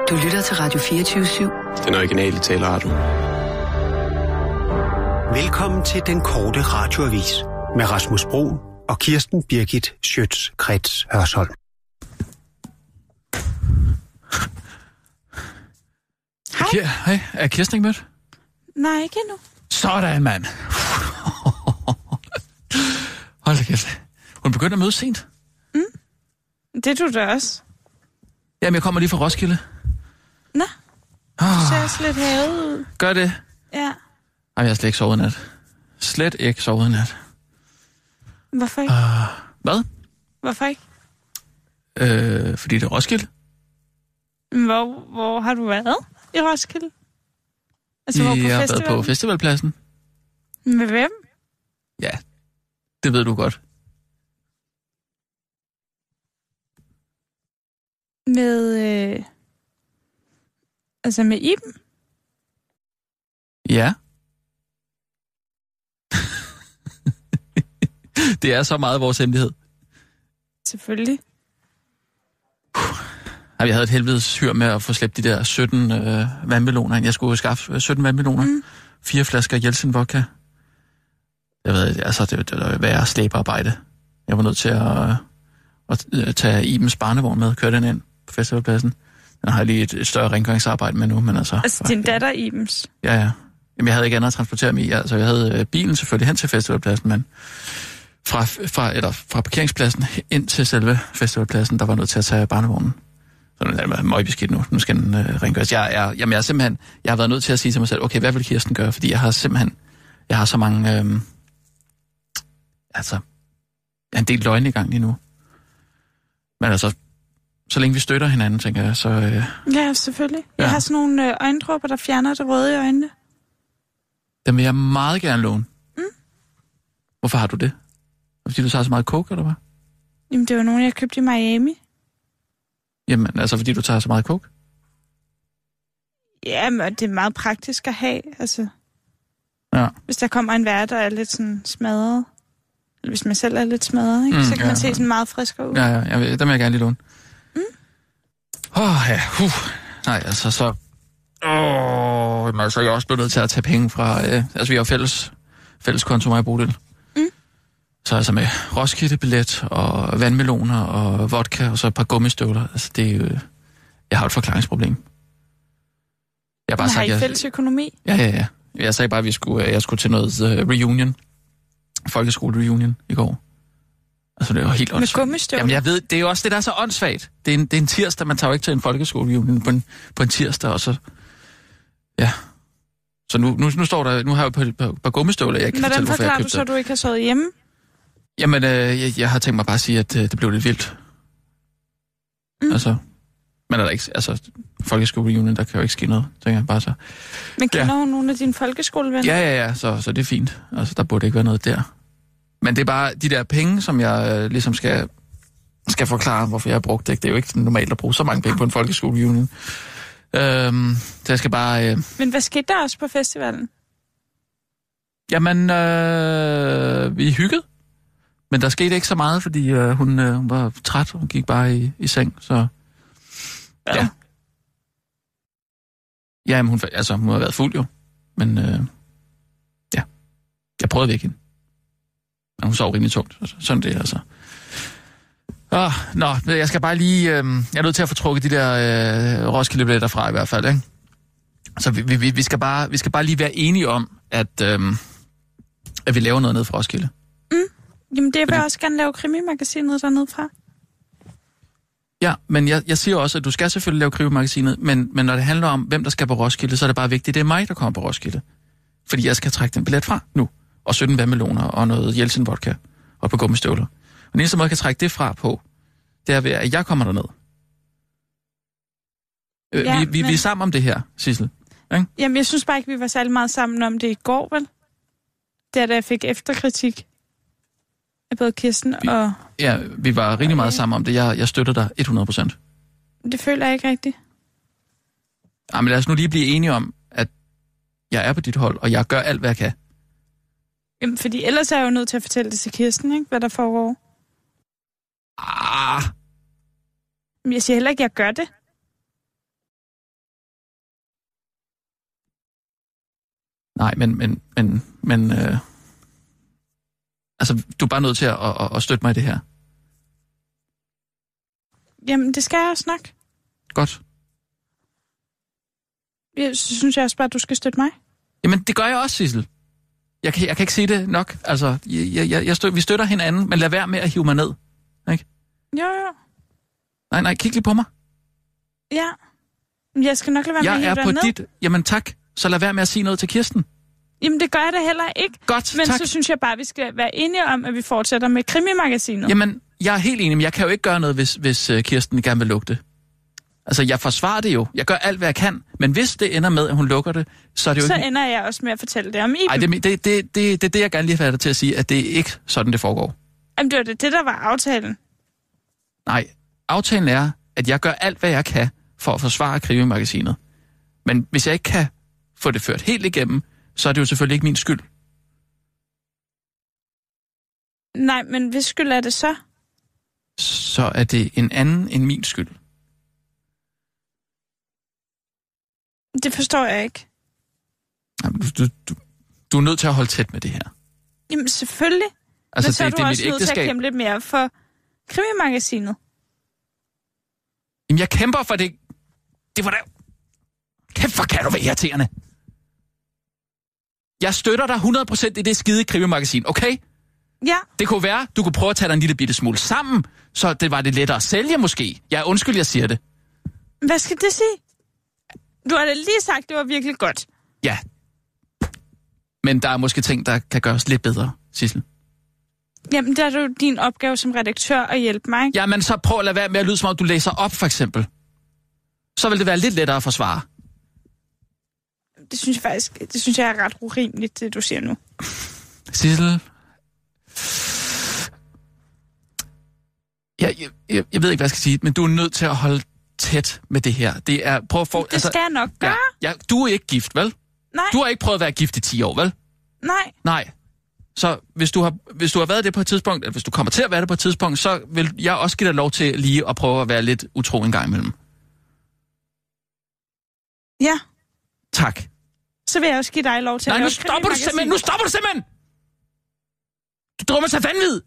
Du lytter til Radio 24/7. Den originale taleradio. Velkommen til den korte radioavis med Rasmus Broen og Kirsten Birgit Schøtz-Krets Hørsholm. Hej. Er Kirsten ikke mødt? Nej, ikke endnu. Sådan, mand. Hold da kæft. Hun begyndte at møde sent. Det er du da også. Jamen, jeg kommer lige fra Roskilde. Nå, du ser også lidt havet ud. Gør det? Ja. Ej, jeg har slet ikke sovet i nat. Slet ikke sovet i nat. Hvorfor ikke? Hvad? Hvorfor ikke? Fordi det er Roskilde. Hvor har du været i Roskilde? Altså, hvor på jeg har festivalen? været på festivalpladsen. Med hvem? Ja, det ved du godt. Med, altså med Iben? Ja. Det er så meget vores hemmelighed. Selvfølgelig. Jeg havde et helvedes hyr med at få slæbt de der 17 vandmeloner. Jeg skulle skaffe 17 vandmeloner. 4 flasker Jeltsin vodka. Jeg ved, altså, det var værre slæbearbejde. Jeg var nødt til at tage Ibens barnevogn med og køre den ind på festivalpladsen. Den har jeg lige et større rengøringsarbejde med nu, men altså... Altså din datter Ibens? Ja. Jamen, jeg havde ikke andet at transportere mig i. Altså, jeg havde bilen selvfølgelig hen til festivalpladsen, men fra parkeringspladsen ind til selve festivalpladsen, der var nødt til at tage barnevognen. Så den er møgbeskidt nu. Nu skal den rengøres. Jeg har været nødt til at sige til mig selv, okay, hvad vil Kirsten gøre? Fordi jeg har så mange... jeg har en del løgne i gang lige nu. Men altså, så længe vi støtter hinanden, tænker jeg, så... Ja, selvfølgelig. Ja. Jeg har sådan nogle øjendråber, der fjerner det røde i øjnene. Dem vil jeg meget gerne låne. Hvorfor har du det? Fordi du tager så meget coke, eller hvad? Jamen, det var nogle, jeg købte i Miami. Jamen, altså fordi du tager så meget coke? Jamen, det er meget praktisk at have, altså. Ja. Hvis der kommer en vært, der er lidt sådan smadret. Eller hvis man selv er lidt smadret, ikke? Så kan man se sådan meget friskere ud. Ja, der vil jeg gerne lige låne. Nej, altså så... altså jeg er også blevet nødt til at tage penge fra... altså vi har jo fælles konto mig i Bodil. Så altså med Roskilde-billet og vandmeloner og vodka og så et par gummistøvler. Altså det er jo... Jeg har et forklaringsproblem. Har I fælles økonomi? Ja. Jeg sagde bare, at jeg skulle til noget reunion. Folkeskole-reunion i går. Altså det var helt åndssvagt. Med gummistøvler? Jamen jeg ved, det er jo også det, der er så åndssvagt. Det er en tirsdag, man tager jo ikke til en folkeskole-reunion på en tirsdag, og så... Ja. Så nu står der... Nu har jeg jo et par gummistøvler, jeg kan fortælle, hvorfor jeg købte. Hvordan forklarer du så, du ikke har sovet hjemme? Jamen, jeg har tænkt mig bare at sige, at det blev lidt vildt. Altså... Men er der ikke... Altså, folkeskole-reunion, der kan jo ikke ske noget, tænker jeg bare så. Men kender hun nogle af dine folkeskolevenner? Ja, så det er fint. Altså, der burde ikke være noget der. Men det er bare de der penge, som jeg ligesom skal forklare, hvorfor jeg har brugt det. Det er jo ikke normalt at bruge så mange penge på en folkeskole-reunion. Så jeg skal bare... Men hvad skete der også på festivalen? Jamen, vi hyggede. Men der skete ikke så meget, fordi hun var træt og gik bare i seng, så... Ja. Ja, men hun har været fuld jo. Men ja, jeg prøvede væk hende. Men hun sov rimelig tungt. Sådan det altså. Jeg skal bare lige... jeg er nødt til at få trukket de der Roskilde-billetter fra i hvert fald, ikke? Så vi skal bare lige være enige om, at vi laver noget nede fra Roskilde. Jamen, det vil jeg også gerne lave krimimagasinet dernede fra. Ja, men jeg siger også, at du skal selvfølgelig lave krimimagasinet, men når det handler om, hvem der skal på Roskilde, så er det bare vigtigt, det er mig, der kommer på Roskilde. Fordi jeg skal trække den billet fra nu. Og 17 vandmeloner og noget Jeltsin vodka og på gummistøvler. Og den eneste måde, jeg kan trække det fra på, det er ved, at jeg kommer derned. Vi er sammen om det her, Sissel. Ikke? Jamen, jeg synes bare ikke, vi var særlig meget sammen om det i går, vel? Da jeg fik efterkritik af både Kirsten og... Ja, vi var rigtig meget sammen om det. Jeg støtter dig 100%. Det føler jeg ikke rigtigt. Men lad os nu lige blive enige om, at jeg er på dit hold, og jeg gør alt, hvad jeg kan. Jamen, fordi ellers er jeg jo nødt til at fortælle det til Kirsten, ikke? Hvad der foregår. Ah. Men jeg siger heller ikke, at jeg gør det. Nej, men altså, du er bare nødt til at støtte mig i det her. Jamen, det skal jeg også nok. Godt. Så synes jeg også bare, at du skal støtte mig. Jamen, det gør jeg også, Sissel. Jeg kan ikke sige det nok. Altså, vi støtter hinanden, men lad være med at hive mig ned. Ikke? Jo. Nej, kig lige på mig. Ja. Jeg skal nok lade være med at hive dig ned. Jeg er på dit... Jamen tak, så lad være med at sige noget til Kirsten. Jamen, det gør jeg da heller ikke. Godt, men tak. Så synes jeg bare, at vi skal være enige om, at vi fortsætter med Krimi-magasinet. Jamen, jeg er helt enig, men jeg kan jo ikke gøre noget, hvis Kirsten gerne vil lukke det. Altså, jeg forsvarer det jo. Jeg gør alt, hvad jeg kan. Men hvis det ender med, at hun lukker det, så er det jo så ikke... ender jeg også med at fortælle det om Iben. Nej, det er det, jeg gerne lige har til at sige, at det er ikke sådan, det foregår. Jamen, det var det, der var aftalen. Nej, aftalen er, at jeg gør alt, hvad jeg kan for at forsvare Krimi-magasinet. Men hvis jeg ikke kan få det ført helt igennem, så er det jo selvfølgelig ikke min skyld. Nej, men hvis skyld er det så? Så er det en anden end min skyld. Det forstår jeg ikke. Jamen, du er nødt til at holde tæt med det her. Jamen, selvfølgelig. Altså, men så er du også nødt til at kæmpe lidt mere for Krimi-magasinet. Jamen, jeg kæmper for det. Det var da... Kæft, hvor kan du være irriterende. Jeg støtter dig 100% i det skide Krimi-magasin, okay? Ja. Det kunne være, du kunne prøve at tage dig en lille bitte smule sammen, så det var det lettere at sælge måske. Ja, undskyld, jeg siger det. Hvad skal det sige? Du har da lige sagt, det var virkelig godt. Ja. Men der er måske ting, der kan gøres lidt bedre, Sissel. Jamen, der er jo din opgave som redaktør at hjælpe mig. Ja, men så prøv at lade være med at lyde, som om du læser op, for eksempel. Så vil det være lidt lettere at forsvare. Det synes jeg er ret urimeligt, det du siger nu. Sissel... Jeg ved ikke, hvad jeg skal sige, men du er nødt til at holde tæt med det her. Det er... Prøv at få... Det skal jeg nok gøre. Ja, du er ikke gift, vel? Nej. Du har ikke prøvet at være gift i 10 år, vel? Nej. Så hvis du har været det på et tidspunkt, eller hvis du kommer til at være det på et tidspunkt, så vil jeg også give dig lov til lige at prøve at være lidt utro en gang imellem. Ja. Tak. Så vil jeg også give dig lov til at lave Nu stopper du simpelthen! Du drømmer sig vanvid!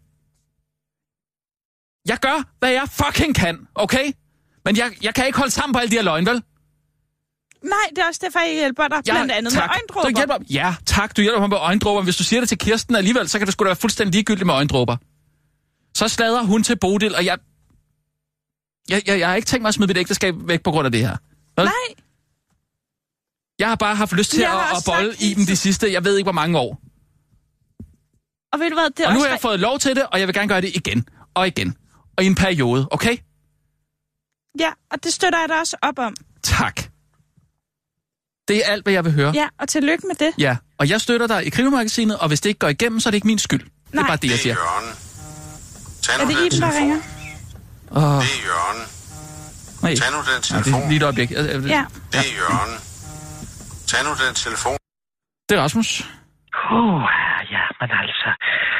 Jeg gør, hvad jeg fucking kan, okay? Men jeg kan ikke holde sammen på alle de her løgn, vel? Nej, det er også derfor, jeg hjælper dig, blandt andet tak. med øjendråber. Du hjælper... Ja, tak, du hjælper mig med øjendråber. Hvis du siger det til Kirsten alligevel, så kan det sgu da være fuldstændig ligegyldigt med øjendråber. Så slader hun til Bodil, og jeg har ikke tænkt mig at smide mit ægteskab væk på grund af det her. Vel? Nej. Jeg har bare haft lyst til at bolle i dem de sidste, jeg ved ikke hvor mange år. Og ved du hvad, det er og nu også har jeg fået lov til det, og jeg vil gerne gøre det igen og igen. Og i en periode, okay? Ja, og det støtter jeg dig også op om. Tak. Det er alt, hvad jeg vil høre. Ja, og tillykke med det. Ja, og jeg støtter dig i Krimi-magasinet, og hvis det ikke går igennem, så er det ikke min skyld. Nej. Det er bare det, jeg siger. Er det Iben, der ringer? Det er Jørgen. Nej. Tag nu den telefon. Ja, det er lige et øjeblik. Ja. Det er Jørgen. Tag nu den telefon. Det er Rasmus. Ja, men altså...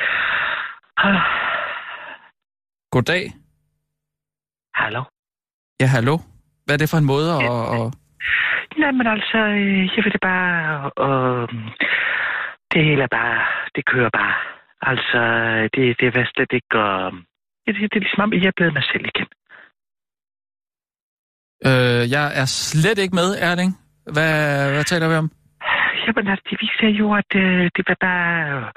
Goddag. Hallo? Ja, hallo. Hvad er det for en måde at... Nej, men altså, jeg vil det bare... det hele er bare... Det kører bare. Altså, det er slet ikke... det er ligesom om, jeg er blevet mig selv igen. Jeg er slet ikke med, Erling. Hvad taler vi om? Jamen, altså, det viser jo, at det var bare...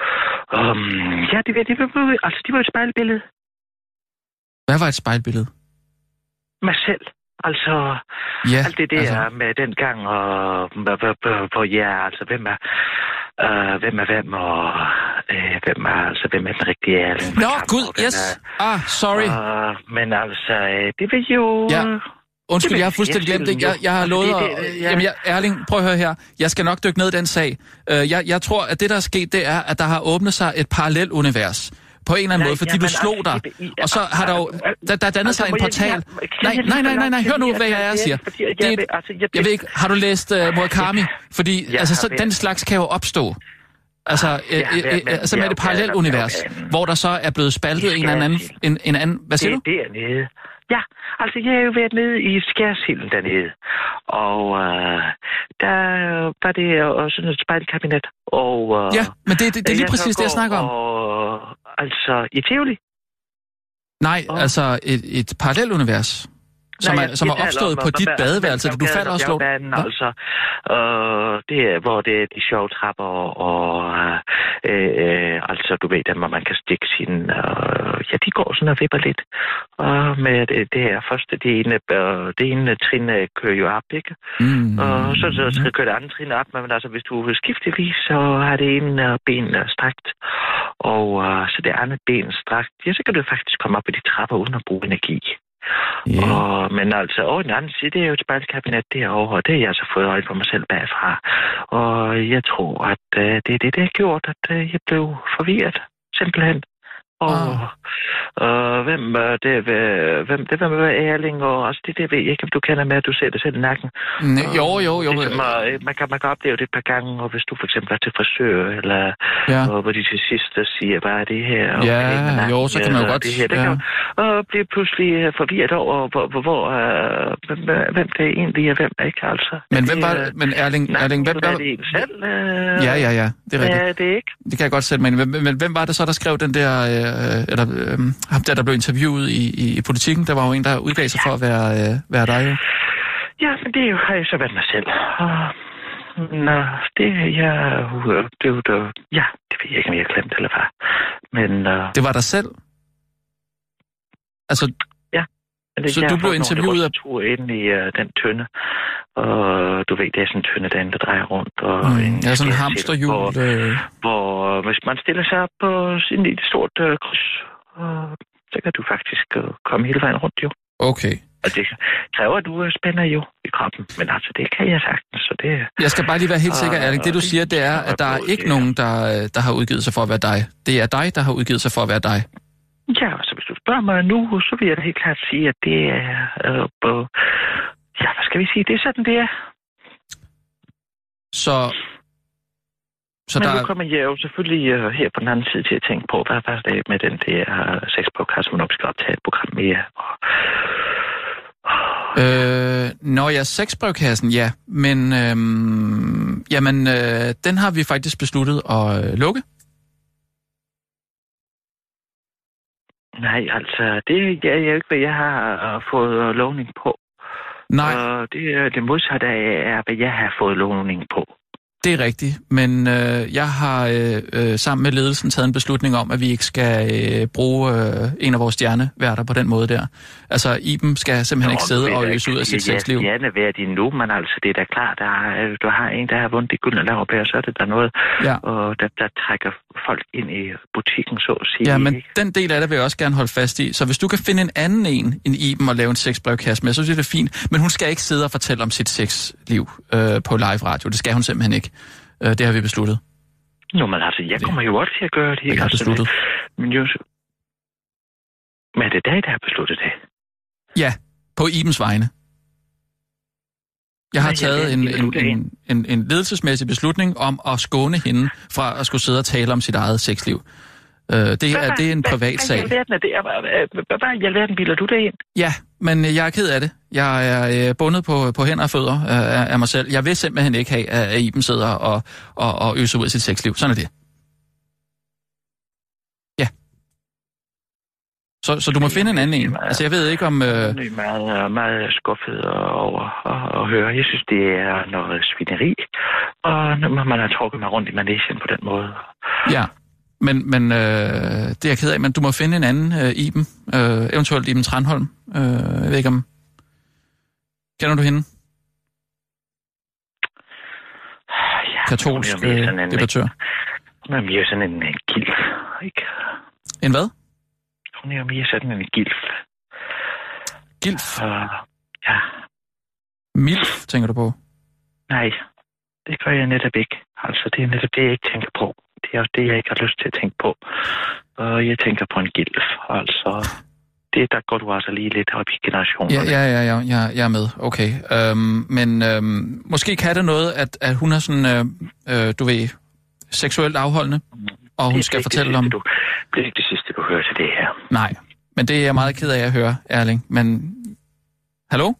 det var et spejlbillede. Hvad var et spejlbillede? Mig selv. Altså, ja, alt det der med den gang, og hvor altså, hvem er hvem, og hvem er den rigtige Erling? Nå, gud, yes. Sorry. Men altså, det vil jo... Ja. Undskyld, jeg har fuldstændig glemt det. Jeg har lovet Jamen, Erling, prøv at høre her. Jeg skal nok dykke ned i den sag. Jeg tror, at det, der er sket, det er, at der har åbnet sig et parallelunivers. På en eller anden måde, fordi du slog dig. Og så har der jo... Der dannet sig en portal. Nej, hør nu, hvad jeg siger. Jeg ved ikke, har du læst Murakami? Fordi den slags kan jo opstå. Altså med et parallelunivers, hvor der så er blevet spaltet en anden... Hvad siger du? Dernede. Ja, altså jeg er jo været nede i Skærsilden dernede, og der var det sådan et spejlkabinet, og... ja, men det er lige præcis det, jeg snakker om. Altså i Tivoli? Nej, altså et parallelunivers. Som er opstået på dit badeværelse, da du falder og slår... Altså, det er, hvor det er de sjove trapper, og altså, du ved, der hvor man kan stikke sin... ja, de går sådan og vipper lidt. Og med det her første, det ene trin kører jo op, ikke? Og så kører det andet trin op, men altså, hvis du skiftevis, så har det ene ben strakt, og så det andet ben strakt, ja, så kan du faktisk komme op på de trapper uden at bruge energi. Yeah. Men altså, over den anden side, det er jo et spejlkabinet derovre, og det har jeg så fået øje på mig selv bagfra. Og jeg tror, at det er det, der har gjort, at jeg blev forvirret, simpelthen. Og hvem det var Erling, og også det der ved jeg ikke, om du kender med, at du ser det selv i nakken. Jo. Man kan opleve det et par gange, og hvis du for eksempel er til frisør, eller hvor de til sidst siger, bare det her. Okay, så kan man jo godt. Det her, det kan og blive pludselig forvirret over, hvem det egentlig er, hvem ikke, altså. Men hvem var det? Men Erling, hvem var det? En selv? Ja, det er rigtigt. Ja, det er ikke. Det kan jeg godt sætte mig ind. Men hvem var det så, der skrev den der... ham der blev interviewet i Politikken, der var jo en, der udgav sig for at være dig, jo. Ja, men det har jo så været mig selv. Det ved jeg ikke, om jeg har glemt eller hvad. Men... Det var dig selv? Altså... Ja. Så du blev interviewet af... ind i den tønde, og du ved, det er sådan en tønde, der drejer rundt. Og sådan en hamsterhjul. Hvor hvis man stiller sig op på sådan et stort kryds, så kan du faktisk komme hele vejen rundt, jo. Okay. Og det kræver, at du spænder jo i kroppen, men altså, det kan jeg sagtens, så det... Jeg skal bare lige være helt sikker, Erling. Det, du siger, det er, at der er ikke nogen, der har udgivet sig for at være dig. Det er dig, der har udgivet sig for at være dig. Ja, så hvis du spørger mig nu, så vil jeg da helt klart sige, at det er... hvad skal vi sige? Det er sådan, det er. Men nu kommer jeg jo selvfølgelig her på den anden side til at tænke på, hvad er det med den der sexpodcast, man nok skal optage et program mere. Sexbrevkassen, ja. Men den har vi faktisk besluttet at lukke. Nej, altså, det er jo ikke, hvad jeg har fået lovning på. Nej. Det modsatte er, hvad jeg har fået lovning på. Det er rigtigt, men jeg har sammen med ledelsen taget en beslutning om, at vi ikke skal bruge en af vores stjerneværter på den måde der. Altså, Iben skal simpelthen ikke sidde og øse ud af sit sexliv. Jeg er stjernevært endnu, men altså, det er da klart, du har en, der har vundet de gyldne laurbær, så er det der noget, og der trækker folk ind i butikken, så at sige. Ja, men den del af det vil jeg også gerne holde fast i. Så hvis du kan finde en anden end Iben og lave en sexbrevkasse med, så synes jeg, det er fint. Men hun skal ikke sidde og fortælle om sit sexliv på live radio. Det skal hun simpelthen ikke. Det har vi besluttet. Nå, men altså, jeg kommer jo også til at gøre det. Jeg har besluttet. Men er det dig, der har besluttet det? Ja, på Ibens vegne. Jeg har taget en ledelsesmæssig beslutning om at skåne hende fra at skulle sidde og tale om sit eget sexliv. Det er en privat sag. Hvad i alverden bilder du det ind? Ja, men jeg er ked af det. Jeg er bundet på hænder og fødder af mig selv. Jeg vil simpelthen ikke have, at Iben sidder og øser ud af sit sexliv. Sådan er det. Ja. Så du må finde en anden en. Altså, jeg ved ikke om... Jeg er meget skuffet over at høre. Jeg synes, det er noget svineri. Og man har trukket mig rundt i manesien på den måde. Ja. Men det er jeg ked af, men du må finde en anden Iben, eventuelt Iben Tranholm. Jeg ved ikke om... Kender du hende? Katolsk debattør. Hun er sådan en gilf, ikke? En hvad? Hun er jo mere sådan en gilf. Gilf? Ja. Milf, tænker du på? Nej, det gør jeg netop ikke. Altså, det er netop det, jeg ikke tænker på. Det er også det, jeg ikke har lyst til at tænke på. Og jeg tænker på en gilf. Altså, der går du altså lige lidt op i generationen. Ja, jeg er med. Okay. Men måske kan det noget, at hun er sådan, du ved, seksuelt afholdende, og hun skal fortælle om... Det er ikke det sidste, du hører til det her. Nej. Men det er jeg meget ked af at høre, Erling. Men, hallo?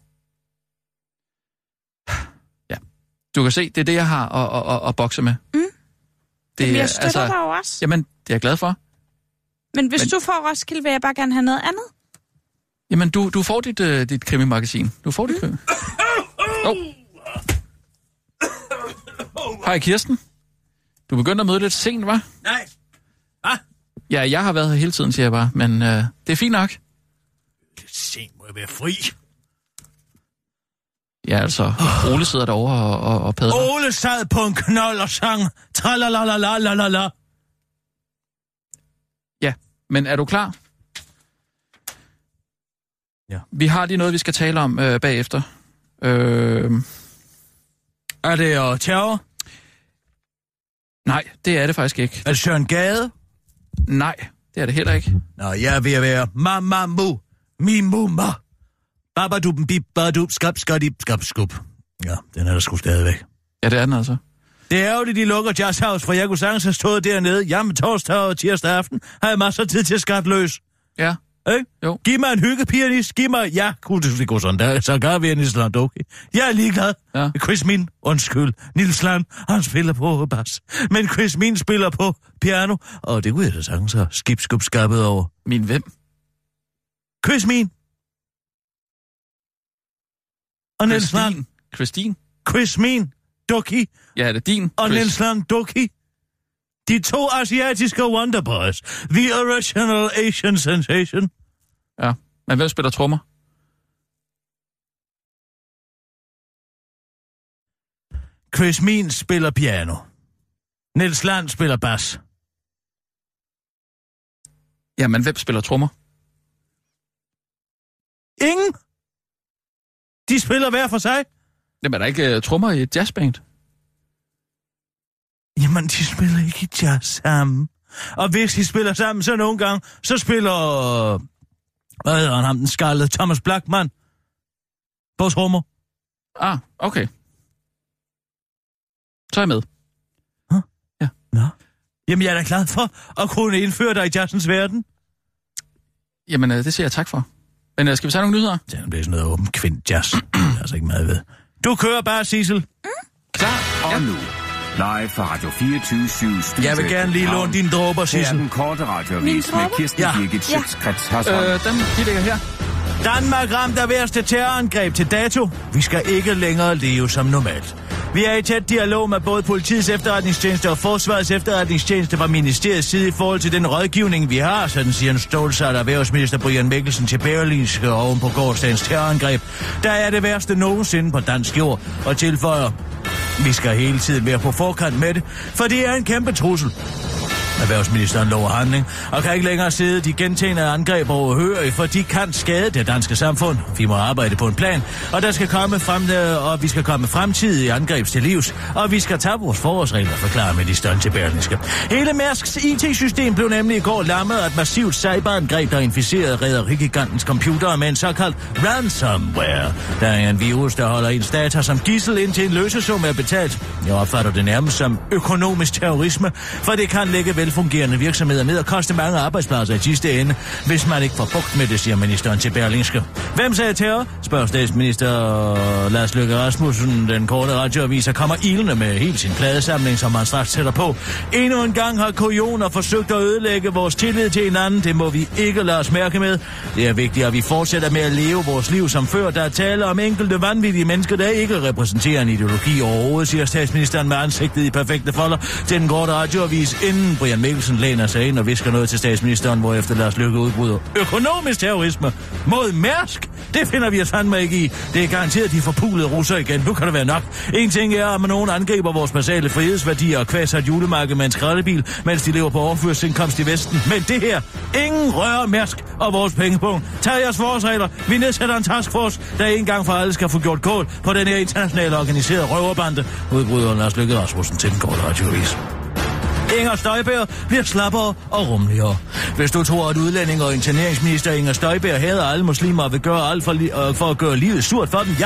Ja, du kan se, det er det, jeg har at bokse med. Det jeg støtter dig jo også. Jamen, det er jeg glad for. Men hvis du får Roskilde, vil jeg bare gerne have noget andet. Jamen, du får dit krimimagasin. Du får dit krimi. Hej, Kirsten. Du begyndte at møde lidt sent, hva'? Nej. Hvad? Ja, jeg har været her hele tiden, siger jeg bare. Men det er fint nok. Lidt sent må jeg være fri. Ja, altså, Ole sidder derovre og padler. Ole sad på en knold og sang tralalalalalalala. Ja, men er du klar? Ja. Vi har lige noget, vi skal tale om bagefter. Er det terror? Nej, det er det faktisk ikke. Er det Søren Gade? Nej, det er det heller ikke. Nå, jeg er ved at være mamamu, mimuma, babaduben bip, badub, skab, skadib, skab, skub. Ja, den er der sgu stadigvæk. Ja, det er den altså. Det er jo det, de lukker Jazz House, for jeg kunne sagtens have stået dernede. Jamen, torsdag og tirsdag aften har jeg masser af tid til at skatte løs. Ja. Ikke? Jo. Giv mig en hyggepianist, giv mig... Ja, det går sådan der. Så gør vi en Island, okay. Jeg er ligeglad. Ja. Chris Min, undskyld. Nils Land, han spiller på bas. Men Chris Min spiller på piano. Og det kunne jeg da sagtens have skabet over. Min hvem? Chris Min. Og Nils Land. Christine? Chris Min, Ducky. Ja, det er din. Og Nils Land, Ducky. De to asiatiske Wonderboys. The original Asian sensation. Ja, men hvem spiller trommer? Chris Min spiller piano. Nils Land spiller bas. Ja, men hvem spiller trommer? Ingen. De spiller hver for sig. Jamen, er der ikke trommer i et jazzband? Jamen, de spiller ikke jazz sammen. Og hvis de spiller sammen, så nogle gange, så spiller... Hvad hedder han, den skaldede Thomas Blackman på trommer. Ah, okay. Så er jeg med. Huh? Ja. Nå. Jamen, jeg er da glad for at kunne indføre dig i jazzens verden. Jamen, det siger jeg tak for. Men skal vi tage nogle nyheder? Det bliver sådan noget åben kvind-jazz. Det er altså ikke meget ved. Du kører bare, Sissel. Klar, og nu. Live fra Radio 24/7. Jeg vil gerne lige låne dine dråber, Sissel. Her er den korte radioavis med Kirsten Birgit Schøtz-Krets Hørsholm. De ligger her. Danmark ramt af værste terrorangreb til dato. Vi skal ikke længere leve som normalt. Vi er i tæt dialog med både politiets efterretningstjeneste og forsvarets efterretningstjeneste fra ministeriets side i forhold til den rådgivning, vi har, sådan siger en stålsat erhvervsminister Brian Mikkelsen til Berlingske oven på gårsdagens terrorangreb. Der er det værste nogensinde på dansk jord, og tilføjer, vi skal hele tiden være på forkant med det, for det er en kæmpe trussel. Erhvervsministeren lover handling, og kan ikke længere sidde de gentagende angreb overhørige, for de kan skade det danske samfund. Vi må arbejde på en plan, og der skal komme vi skal komme fremtidige angreb til livs, og vi skal tage vores forholdsregler, forklarer ministeren til Berlingske. Hele Mærsks IT-system blev nemlig i går lammet af et massivt cyberangreb, der inficerede rederigigantens computer med en såkaldt ransomware. Der er en virus, der holder ens data som gidsel, indtil en løsesum er betalt. Jeg opfatter det nærmest som økonomisk terrorisme, for det kan lægge velfungerende virksomheder ned og koste mange arbejdspladser i sidste ende, hvis man ikke får bugt med det, siger ministeren til Berlingske. Hvem sagde terror? Spørger statsminister Lars Løkke Rasmussen. Den korte radioavis kommer ilende med hele sin pladesamling, som man straks sætter på. Endnu en gang har kujoner forsøgt at ødelægge vores tillid til hinanden. Det må vi ikke lade os mærke med. Det er vigtigt, at vi fortsætter med at leve vores liv som før. Der er tale om enkelte vanvittige mennesker, der ikke repræsenterer en ideologi overhovedet, siger statsministeren med ansigtet i perfekte folder til den korte radioavis, inden Brian Mikkelsen læner sig ind og visker noget til statsministeren, hvorefter Lars Løkke udbryder økonomisk terrorisme mod Mærsk. Det finder vi os fandme ikke i. Det er garanteret de forpulede russer igen. Nu kan det være nok. En ting er, at nogen angriber vores basale frihedsværdier og kvæser et julemarked med en skraldebil, mens de lever på overførselsindkomst i Vesten. Men det her, ingen rører Mærsk og vores pengepunkt. Tag jeres forholdsregler. Vi nedsætter en taskforce, der en gang for alle skal få gjort kål på den her internationale organiserede røverbande, udbryder Lars Løkke Rasmussen til den korte radioavis. Inger Støjberg bliver slappere og rummeligere. Hvis du tror, at udlænding og interneringsminister Inger Støjberg hader alle muslimer og vil gøre alt for at gøre livet surt for dem, ja,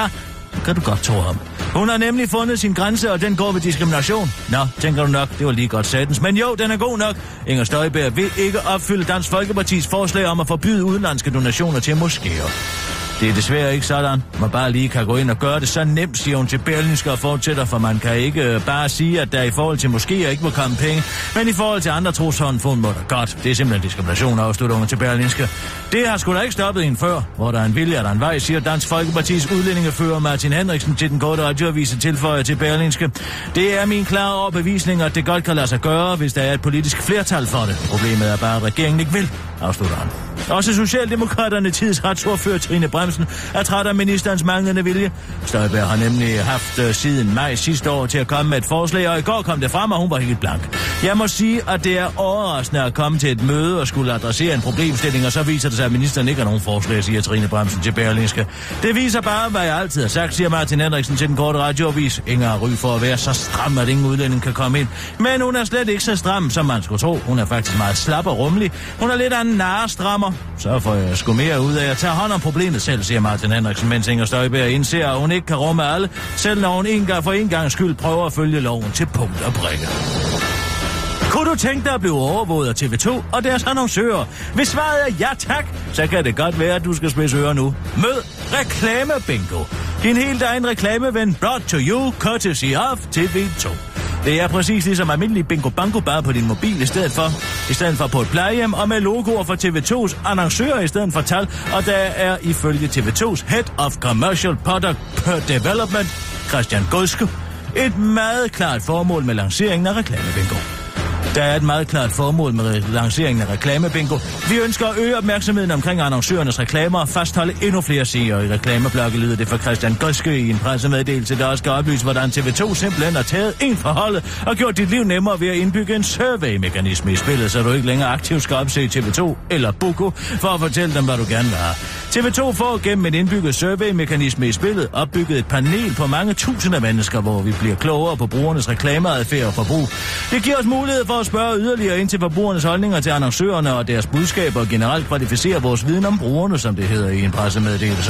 Det kan du godt tro ham. Hun har nemlig fundet sin grænse, og den går ved diskrimination. Nå, tænker du nok, det var lige godt satens. Men jo, den er god nok. Inger Støjberg vil ikke opfylde Dansk Folkepartis forslag om at forbyde udenlandske donationer til moskéer. Det er desværre ikke sådan. Man bare lige kan gå ind og gøre det så nemt, siger hun til Berlingske og fortsætter, for man kan ikke bare sige, at der i forhold til moskéer ikke må komme penge, men i forhold til andre trossamfund må der godt. Det er simpelthen diskrimination, afslutter hun til Berlingske. Det har sgu da ikke stoppet en før, hvor der er en vilje, er der en vej, siger Dansk Folkepartis udlændingefører Martin Henriksen til den korte radioavise tilføjer til Berlingske. Det er min klare overbevisning, at det godt kan lade sig gøre, hvis der er et politisk flertal for det. Problemet er bare, at regeringen ikke vil, afslutter han. Også Socialdemokraterne tidsretsordfører Trine Bremsen er træt af ministerens manglende vilje. Støjberg har nemlig haft siden maj sidste år til at komme med et forslag, og i går kom det frem, og hun var helt blank. Jeg må sige, at det er overraskende at komme til et møde og skulle adressere en problemstilling, og så viser det sig, at ministeren ikke har nogen forslag, siger Trine Bremsen til Berlingske. Det viser bare, hvad jeg altid har sagt, siger Martin Henriksen til den korte radioavis. Inger har ry for at være så stram, at ingen udlænding kan komme ind. Men hun er slet ikke så stram, som man skulle tro. Hun er faktisk meget slap og rummelig. Hun er lidt af en narestrammer. Så får jeg sgu mere ud af at tage hånd om problemet selv, siger Martin Henriksen, mens Inger Støjberg indser, at hun ikke kan rumme alle, selv når hun for en gang skyld prøver at følge loven til punkt og prikke. Kunne du tænke dig at blive overvåget af TV2 og deres annoncører? Hvis svaret er ja tak, så kan det godt være, at du skal spidse ører nu. Mød Reklamebingo. Din helt egen reklameven brought to you, courtesy of TV2. Det er præcis ligesom almindelig bingo bango bare på din mobil i stedet for på et plejehjem og med logoer for TV2's annoncører i stedet for tal, og der er ifølge TV2's Head of Commercial Product Development, Christian Godske, et meget klart formål med lanceringen af reklamebingo. Der er et meget klart formål med lanceringen af reklamebingo. Vi ønsker at øge opmærksomheden omkring annoncørernes reklamer og fastholde endnu flere seere i reklameblokket, lyder det fra Christian Godske i en pressemeddelelse, der også skal oplyse, hvordan TV2 simpelthen har taget en fra holdet og gjort dit liv nemmere ved at indbygge en survey-mekanisme i spillet, så du ikke længere aktivt skal opsøge TV2 eller Boko for at fortælle dem, hvad du gerne vil have. TV2 får gennem en indbygget survey-mekanisme i spillet opbygget et panel på mange tusinde mennesker, hvor vi bliver klogere på brugernes reklameadfærd og forbrug. Det giver os mulighed for at spørge yderligere ind til forbrugernes holdninger til annoncørerne og deres budskaber og generelt kvalificere vores viden om brugerne, som det hedder i en pressemeddelelse.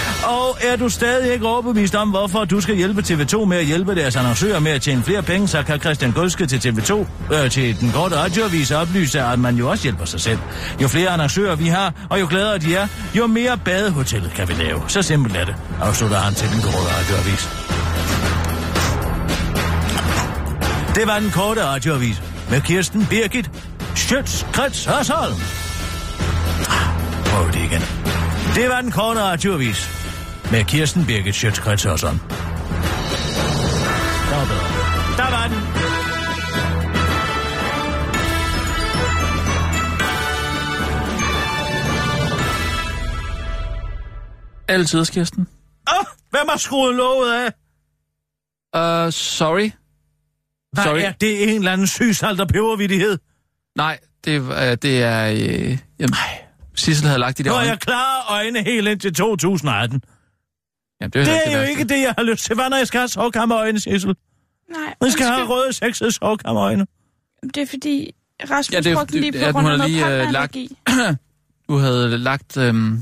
Og er du stadig ikke overbevist om, hvorfor du skal hjælpe TV2 med at hjælpe deres annoncører med at tjene flere penge, så kan Christian Godske til TV2 til den korte radioavis oplyse, at man jo også hjælper sig selv. Jo flere annoncører vi har, og jo gladere de er, jo mere badehotellet kan vi lave. Så simpelt er det, afslutter han til den korte radioavis. Det var den korte radioavis med Kirsten Birgit Schøtz-Krets Hørsholm. Prøv det igen. Det var den korte radioavis med Kirsten Birgit Schøtz-Krets Hørsholm. Der var bedre. Der var den. Altid, Kirsten. Hvem har skruet låget af? Sorry. Hvad er det, en eller anden sygsalt og pebervittighed? Nej, det er... Jamen, Sissel havde lagt de der øjne. Nå, jeg klarer øjne helt ind til 2018. Jamen, det er jo ikke det, jeg har lyst til. Hvad når jeg skal have sovkammerøjne, Sissel? Nej. Jeg skal have røde, sexede sovkammerøjne. Det er fordi, Rasmus brugte lige på grund af noget pollenallergi. Du havde lagt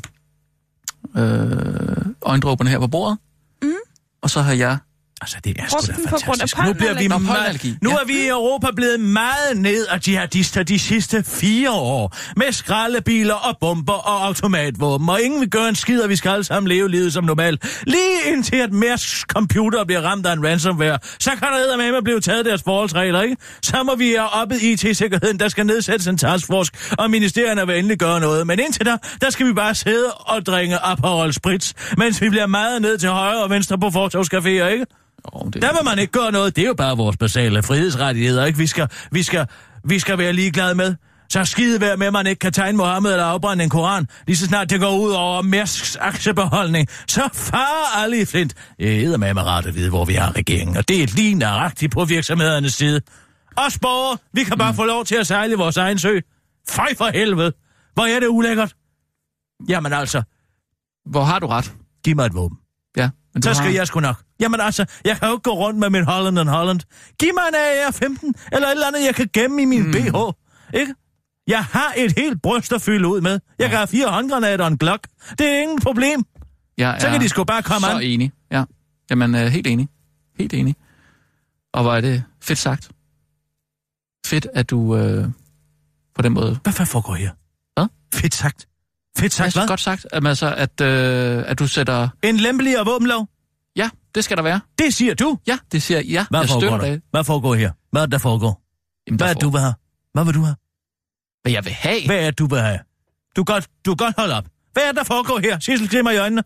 øjendråberne her på bordet. Og så har jeg... Altså, det er sgu da fantastisk. Nu er vi i Europa blevet meget ned af jihadister de sidste 4 år. Med skraldebiler og bomber og automatvåben. Og ingen vil gøre en skid, og vi skal alle sammen leve livet som normalt. Lige indtil at Mærsks computer bliver ramt af en ransomware, så kan der eddermame blive taget deres forholdsregler, ikke? Så må vi have oppet IT-sikkerheden, der skal nedsættes en taskforce, og ministerierne vil endelig gøre noget. Men indtil der skal vi bare sidde og drikke Aperol Spritz, mens vi bliver meget ned til højre og venstre på fortovscaféer, ikke? Der vil man ikke gøre noget. Det er jo bare vores basale frihedsrettigheder, ikke? Vi skal være ligeglade med. Så skide være med, at man ikke kan tegne Mohammed eller afbrænde en koran. Lige så snart det går ud over Mærsks aktiebeholdning, så farer alle i flint. Det er med rart at vide, hvor vi har regeringen. Og det er lige nøjagtigt på virksomhedernes side. Os borgere, vi kan bare få lov til at sejle i vores egen sø. Fej for helvede. Hvor er det ulækkert? Jamen altså. Hvor har du ret? Giv mig et våben. Ja. Så skal jeg sgu nok. Jamen altså, jeg kan jo ikke gå rundt med min Holland. Giv mig en AR-15, eller et eller andet, jeg kan gemme i min BH. Ikke? Jeg har et helt bryst at fylde ud med. Jeg kan have 4 håndgranater og en Glock. Det er ingen problem. Så kan de sgu bare komme så an. Enig. Ja. Jamen, helt enig. Helt enig. Og hvor er det fedt sagt. Fedt, at du på den måde... Hvad foregår her? Hvad? Fedt sagt. Fedt sagt, hvad? Godt sagt, at du sætter... En lempeligere våbenlov? Ja, det skal der være. Det siger du? Ja, det siger jeg. Hvad foregår der? Hvad foregår her? Hvad er der foregår? Jamen, hvad er du vil have? Hvad vil du have? Hvad jeg vil have? Hvad er du vil have? Du kan godt holde op. Hvad er der foregår her? Sissel, glimmer i øjnene.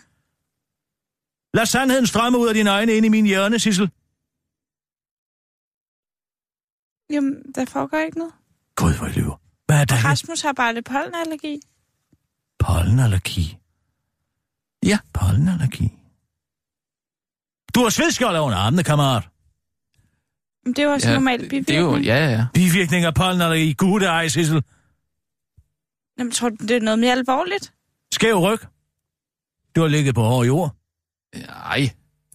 Lad sandheden strømme ud af dine øjne ind i min hjørne, Sissel. Jamen, der foregår ikke noget. Gud, hvor lyver. Hvad er der? Rasmus har bare lidt pollenallergi. Pollenallergi? Ja. Pollenallergi. Du har svedskjold over armene, kammerat. Men det er jo også normalt bivirkning. Det er jo, ja. Bivirkning af pollenallergi. Gud, ej, Sissel. Jamen, tror du, det er noget mere alvorligt? Skæv ryg. Du har ligget på hård jord. Nej.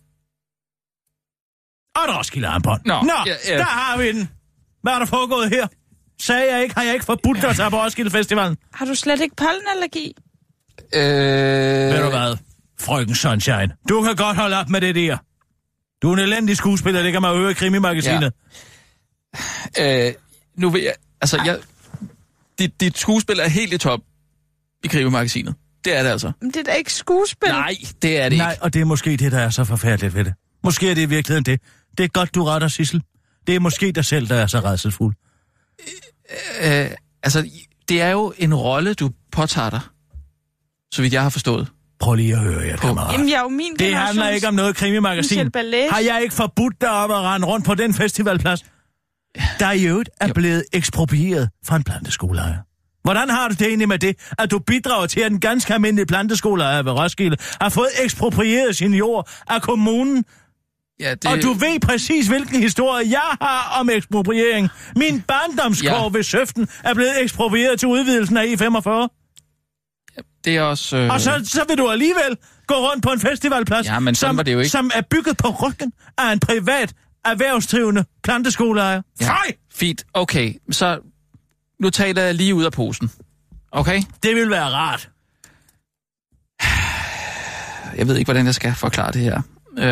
Og et Roskilde armbånd. Nå, ja. Der har vi den. Hvad er der foregået her? Sagde jeg ikke, har jeg ikke forbudt dig at tage på Roskilde Festivalen? Har du slet ikke pollenallergi? Ved du hvad, frøken Sunshine? Du kan godt holde op med det der. Du er en elendig skuespiller, det kan man høre i Krimi-magasinet. Ja. Nu vil jeg... Altså, dit skuespil er helt i top i Krimi-magasinet. Det er det altså. Men det er da ikke skuespil. Nej, det er det ikke. Nej, og det er måske det, der er så forfærdeligt ved det. Måske er det i virkeligheden det. Det er godt, du retter, Sissel. Det er måske dig selv, der er så rædselsfuld. Altså, det er jo en rolle, du påtager dig, så vidt jeg har forstået. Prøv lige at høre jer, kammerat. Jamen, jeg er jo min det handler ikke om noget Krimi-magasin. Har jeg ikke forbudt dig om at rende rundt på den festivalplads? Der i øvrigt er blevet eksproprieret fra en planteskoleejer. Hvordan har du det egentlig med det, at du bidrager til, at den ganske almindelige planteskoleejer ved Roskilde har fået eksproprieret sin jord af kommunen? Ja, det... Og du ved præcis, hvilken historie jeg har om ekspropriering. Min barndomsgård ved Søften er blevet eksproprieret til udvidelsen af E45. Ja, det er også... Og så vil du alligevel gå rundt på en festivalplads, ja, men var det jo ikke. Som er bygget på ryggen af en privat erhvervsdrivende planteskoleejer. Ja, Fej! Fint, okay. Så nu taler jeg lige ud af posen. Okay? Det vil være rart. Jeg ved ikke, hvordan jeg skal forklare det her.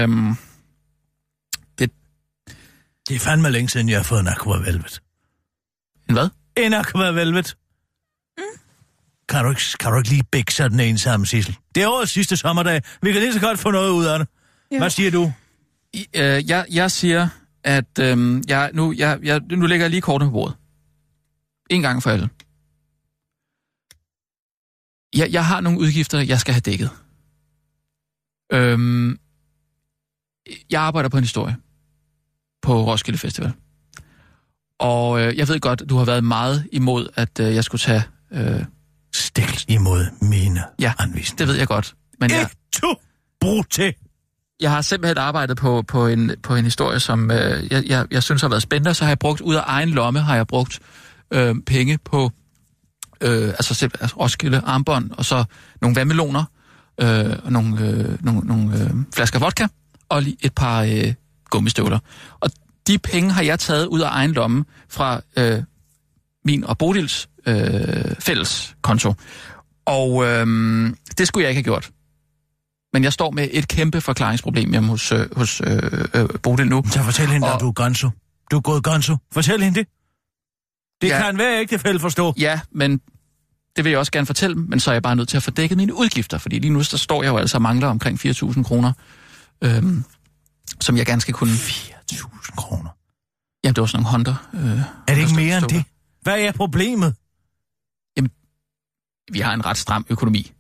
Det er fandme længe siden, jeg har fået en Aqua Velvet. En hvad? En Aqua Velvet. Kan du ikke lige bække sådan en sammen, Sissel? Det er årets sidste sommerdag. Vi kan lige så godt få noget ud af det. Ja. Hvad siger du? Jeg siger, at nu lægger jeg lige kortene på bordet. En gang for alle. Jeg har nogle udgifter, jeg skal have dækket. Jeg arbejder på en historie på Roskilde Festival. Og jeg ved godt, du har været meget imod, at jeg skulle tage... Stik imod mine anvisninger. Det ved jeg godt. Men brug til. Jeg har simpelthen arbejdet på en historie, som jeg synes har været spændende. Så har jeg brugt ud af egen lomme, penge på Roskilde armbånd, og så nogle vandmeloner, og nogle flasker vodka, og lige et par gummistøvler. Og de penge har jeg taget ud af egen lomme fra min og Bodils fælles konto. Og det skulle jeg ikke have gjort. Men jeg står med et kæmpe forklaringsproblem hjemme hos Bodil nu. Så fortæl hende, at du er gonzo. Du er gået gonzo. Fortæl hende det. Det kan hver ægtefælle forstå. Ja, men det vil jeg også gerne fortælle, men så er jeg bare nødt til at få dækket mine udgifter, fordi lige nu så står jeg jo altså og mangler omkring 4.000 kroner, som jeg gerne skal kunne... 4.000 kroner? Jamen, det var sådan nogle Honda. Er det ikke mere end det? Hvad er problemet? Jamen, vi har en ret stram økonomi.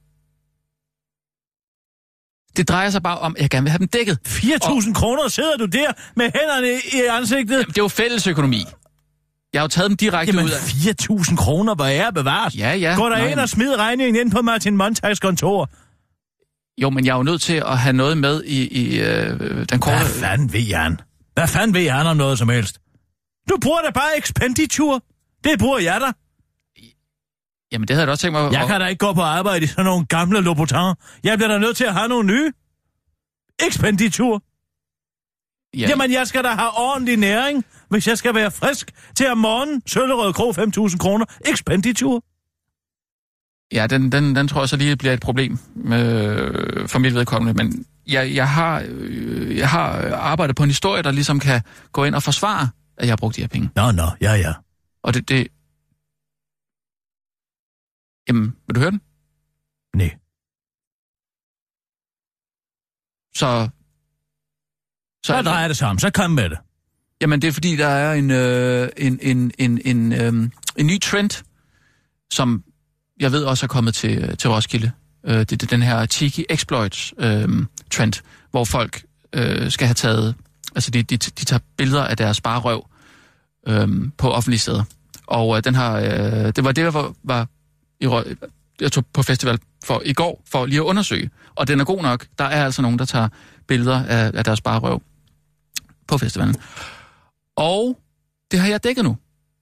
Det drejer sig bare om, at jeg gerne vil have dem dækket. 4.000 kroner sidder du der med hænderne i ansigtet? Jamen, det er jo fælles økonomi. Jeg har jo taget dem direkte ud af... 4.000 kroner, hvor er bevaret? Ja. Går der ind og smid regningen ind på Martin Montags kontor? Jo, men jeg er jo nødt til at have noget med i den korte... Hvad fanden ved han om noget som helst? Du bruger da bare Expenditure. Det bruger jeg da. Jamen, det havde jeg da også tænkt mig... Jeg kan da ikke gå på arbejde i sådan nogle gamle Louboutin. Jeg bliver da nødt til at have nogle nye. Expenditure. Ja. Jamen, jeg skal da have ordentlig næring, hvis jeg skal være frisk til om morgenen. Søllerød Kro, 5.000 kroner. Expenditure. Ja, den tror jeg så lige bliver et problem for mit vedkommende, men jeg har arbejdet på en historie, der ligesom kan gå ind og forsvare, at jeg har brugt de her penge. Nå, ja. Og det... Jamen, vil du høre den? Nej. Så Hvad drejer det sig om? Så kom med det. Jamen, det er fordi, der er en ny trend, som jeg ved også er kommet til Roskilde. Det er den her cheeky exploits trend, hvor folk skal have taget... Altså, de tager billeder af deres bare røv på offentlige steder. Og den har... det var det, der var jeg tog på festival for i går, for lige at undersøge. Og den er god nok. Der er altså nogen, der tager billeder af deres bare røv på festivalen. Og det har jeg dækket nu.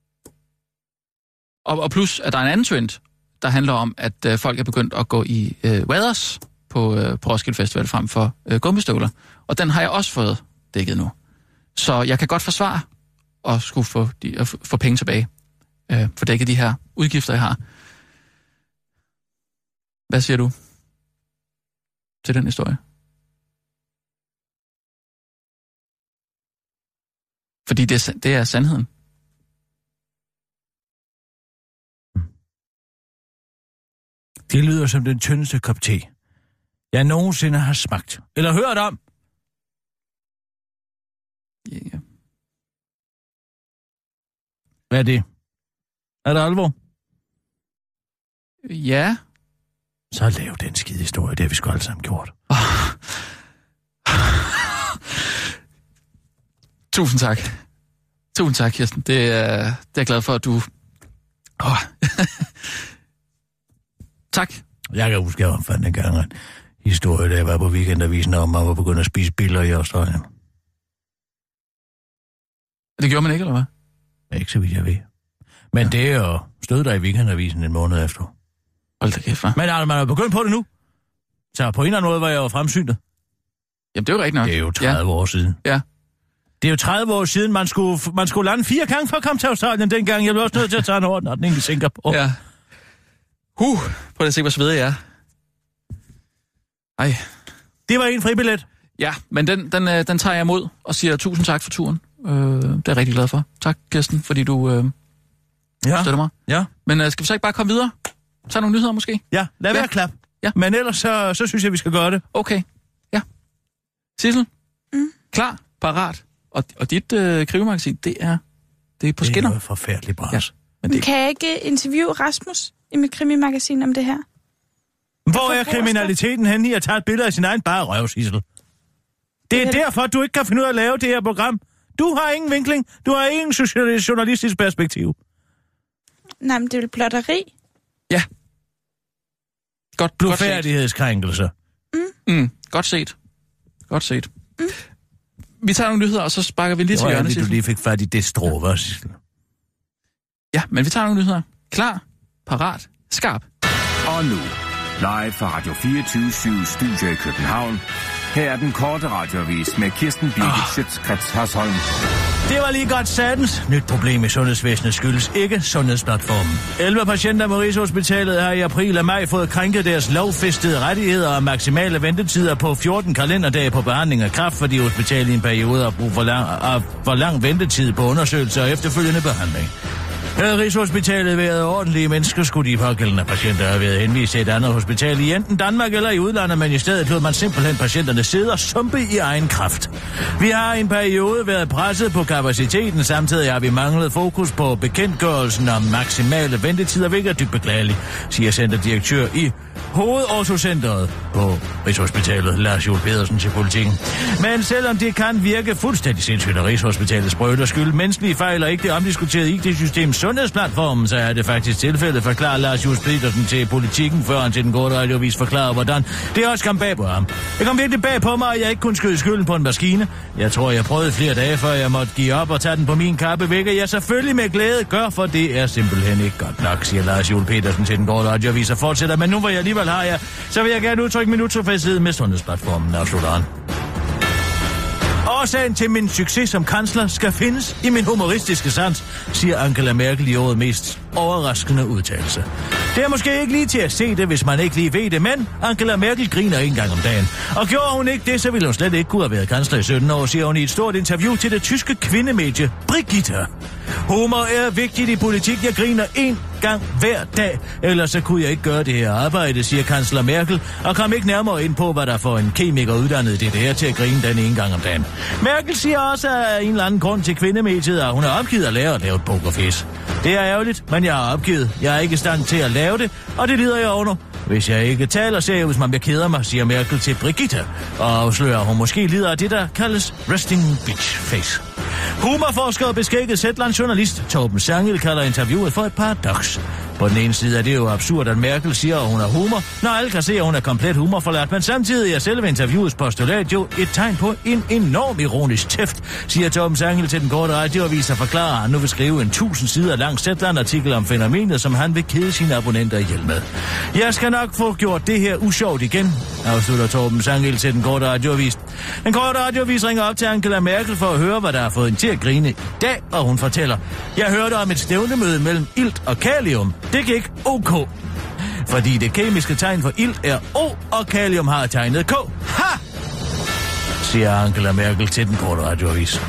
Og plus, at der er en anden trend, der handler om, at folk er begyndt at gå i waders på Roskilde Festival frem for gummistøvler. Og den har jeg også fået dækket nu. Så jeg kan godt forsvare at skulle få penge tilbage. For dækket de her udgifter, jeg har. Hvad siger du til den historie? Fordi det er sandheden. Det lyder som den tyndeste kop te, jeg nogensinde har smagt. Eller hørt om. Ja. Hvad er det? Er det alvor? Ja. Så lav den skide historie, det har vi sgu alle sammen gjort. Tusind tak. Tusind tak, Kirsten. Det er jeg glad for, at du... Tak. Jeg kan huske, at jeg var fandt en gang en historie, da jeg var på Weekendavisen, om man var begyndt at spise biller i Australien. Det gjorde man ikke, eller hvad? Ja, ikke så vidt jeg ved. Men det er jo stod der i Weekendavisen en måned efter. Hold da kæft, hva'? Men altså, man er begyndt på det nu. Så på en eller anden måde var jeg jo fremsynet. Jamen, det er jo rigtigt nok. Det er jo 30 år siden. Ja. Det er jo 30 år siden, man skulle lande 4 gange for at komme til Australien dengang. Jeg blev også nødt til at tage en ordning i Singapore. Ja. Prøv at se, hvor svedig jeg er. Ej. Det var en fribillet. Ja, men den tager jeg imod og siger tusind tak for turen. Det er jeg rigtig glad for. Tak, Kirsten, fordi du støtter mig. Ja. Men skal vi så ikke bare komme videre? Tag nogle nyheder måske? Ja, lad være klap. Ja. Men ellers så synes jeg, vi skal gøre det. Okay, ja. Sissel? Klar, parat. Og dit krimimagasin, det er på skinner. Det er noget forfærdeligt bras. Ja, men kan jeg ikke interviewe Rasmus i mit krimimagasin om det her? Hvor er kriminaliteten henne i at tage et billede af sin egen bare røv, Sissel? Det er derfor, du ikke kan finde ud af at lave det her program. Du har ingen vinkling. Du har ingen journalistisk perspektiv. Nej, men det er vel blotteri. Ja. Godt blufærdighedskrænkelse. Godt set. Godt set. Vi tager nogle nyheder, og så sparker vi lige til hjørnet. Du lige fik fat i det strå, Sissel. Ja, men vi tager nogle nyheder. Klar, parat, skarp. Og nu, live fra Radio 24/7 Studio i København. Her er den korte radioavis med Kirsten Birgit Schøtz-Krets Hørsholm. Det var lige godt satans. Nyt problem i sundhedsvæsenet skyldes ikke sundhedsplatformen. 11 patienter på Rigshospitalet har i april og maj fået krænket deres lovfæstede rettigheder og maksimale ventetider på 14 kalenderdage på behandling af kræft, fordi hospitalet i en periode har brug for lang ventetid på undersøgelser og efterfølgende behandling. Havde Rigshospitalet været ordentlige mennesker, skulle de pågældende patienter have været henvist til et andet hospital i enten Danmark eller i udlandet, men i stedet lod man simpelthen patienterne sidde og sumpe i egen kraft. Vi har i en periode været presset på kapaciteten, samtidig har vi manglet fokus på bekendtgørelsen om maksimale ventetider, hvilket er dybt beklageligt, siger centerdirektør i Hovedortocenteret på Rigshospitalet, Lars Juhl Pedersen til Politikken. Men selvom det kan virke fuldstændig sindssygt, at Rigshospitalets brøler skyld menneskelige fejl og ikke det omdiskuterede IT-system sundhedsplatformen, så er det faktisk tilfældet, forklarer Lars Juhl Pedersen til Politikken, før han til den korte radioavis forklarer, hvordan det også kom bag på ham. Det kom virkelig bag på mig, at jeg ikke kunne skyde skylden på en maskine. Jeg tror, jeg prøvede flere dage, før jeg måtte give op og tage den på min kappe, hvilket jeg selvfølgelig med glæde gør, for det er simpelthen ikke godt nok, siger Lars Juhl Pedersen til den korte radioavis og fortsætter. Men nu hvor jeg alligevel har så vil jeg gerne udtrykke min utilfredshed med sundhedsplatformen, afslutter han. Årsagen til min succes som kansler skal findes i min humoristiske sans, siger Angela Merkel i året mest overraskende udtalelse. Det er måske ikke lige til at se det, hvis man ikke lige ved det, men Angela Merkel griner en gang om dagen. Og gjorde hun ikke det, så ville hun slet ikke kunne have været kansler i 17 år, siger hun i et stort interview til det tyske kvindemedie Brigitte. Humor er vigtigt i politik. Jeg griner en gang hver dag, ellers så kunne jeg ikke gøre det her arbejde, siger kansler Merkel, og kom ikke nærmere ind på, hvad der får en kemiker uddannet det her til at grine den en gang om dagen. Merkel siger også af en eller anden grund til kvindemediet, at hun har opgivet at lære at lave et pokerface. Det er ærgerligt, men jeg har opgivet. Jeg er ikke i stand til at lave det, og det lider jeg under. Hvis jeg ikke taler seriøst, man bliver keder mig, siger Merkel til Brigitte, og afslører, at hun måske lider af det, der kaldes resting bitch face. Humorforsker og beskægget Zetland-journalist Torben Sangel kalder interviewet for et paradoks. På den ene side er det jo absurd, at Merkel siger, at hun er humor, når alle kan se, at hun er komplet humorforladt, men samtidig er selve interviewets postulat jo et tegn på en enorm ironisk tæft, siger Torben Sangel til den korte radioavis og forklarer, at han nu vil skrive en 1000 sider lang Zetland-artikel om fænomenet, som han vil kede sine abonnenter ihjel med. Jeg skal nok få gjort det her usjovt igen, afslutter Torben Sangel til den korte radioavis. Den korte radioavis ringer op til Angela Merkel for at høre, hvad der har fået hende til at grine i dag, og hun fortæller, jeg hørte om et stævnemøde mellem ilt og kalium. Det gik OK. Fordi det kemiske tegn for ilt er O, og kalium har tegnet K. Ha! Siger Angela Merkel til den korte radioavis.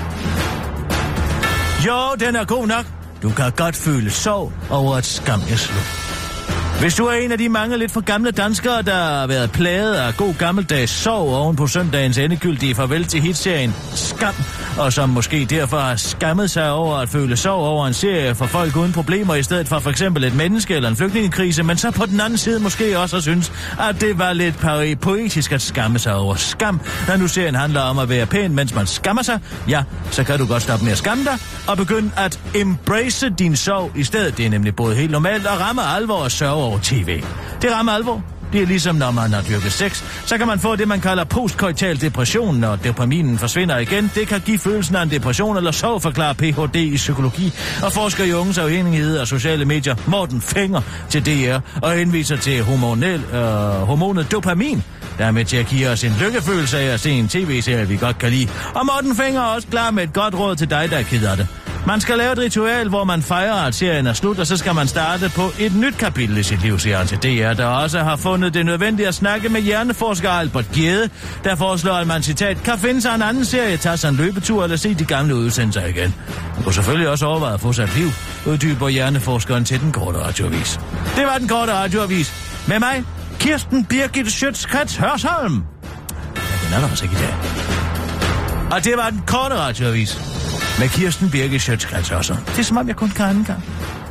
Jo, den er god nok. Du kan godt føle sorg over et skam, jeg slog. Hvis du er en af de mange lidt for gamle danskere, der har været plaget af god gammeldags sorg oven på søndagens endegyldige farvel til hitserien Skam, og som måske derfor har skammet sig over at føle sorg over en serie for folk uden problemer, i stedet for eksempel et menneske eller en flygtningekrise, men så på den anden side måske også synes, at det var lidt poetisk at skamme sig over skam. Når nu serien handler om at være pæn, mens man skammer sig, ja, så kan du godt stoppe med at skamme dig, og begynde at embrace din sorg i stedet. Det er nemlig både helt normalt og rammer alvor og sørge over TV. Det rammer alvor. Det er ligesom, når man har dyrket sex, så kan man få det, man kalder postkoital depression, når dopaminen forsvinder igen. Det kan give følelsen af en depression eller sorg, forklarer Ph.D. i psykologi og forsker i unges afhængighed af sociale medier Morten Fenger til DR og henviser til hormonet dopamin, der er med til at give os en lykkefølelse af at se en tv-serie, vi godt kan lide. Og Morten Fenger er også klar med et godt råd til dig, der er ked af det. Man skal lave et ritual, hvor man fejrer, at serien er slut, og så skal man starte på et nyt kapitel i sit liv, siger han til DR, der også har fundet det nødvendigt at snakke med hjerneforsker Albert Gede, der foreslår, at man, citat, kan finde sig en anden serie, tage sig en løbetur eller se de gamle udsendelser igen. Man kunne selvfølgelig også overveje at få sig et liv, uddyber hjerneforskeren til den korte radioavis. Det var den korte radioavis. Med mig, Kirsten Birgit Schøtz-Krets Hørsholm. Ja, den er der også ikke i dag. Og det var den korte radioavis. Med Kirsten Birgit Schøtz-Krets Hørsholm. Det er som om, jeg kun kan anden gang.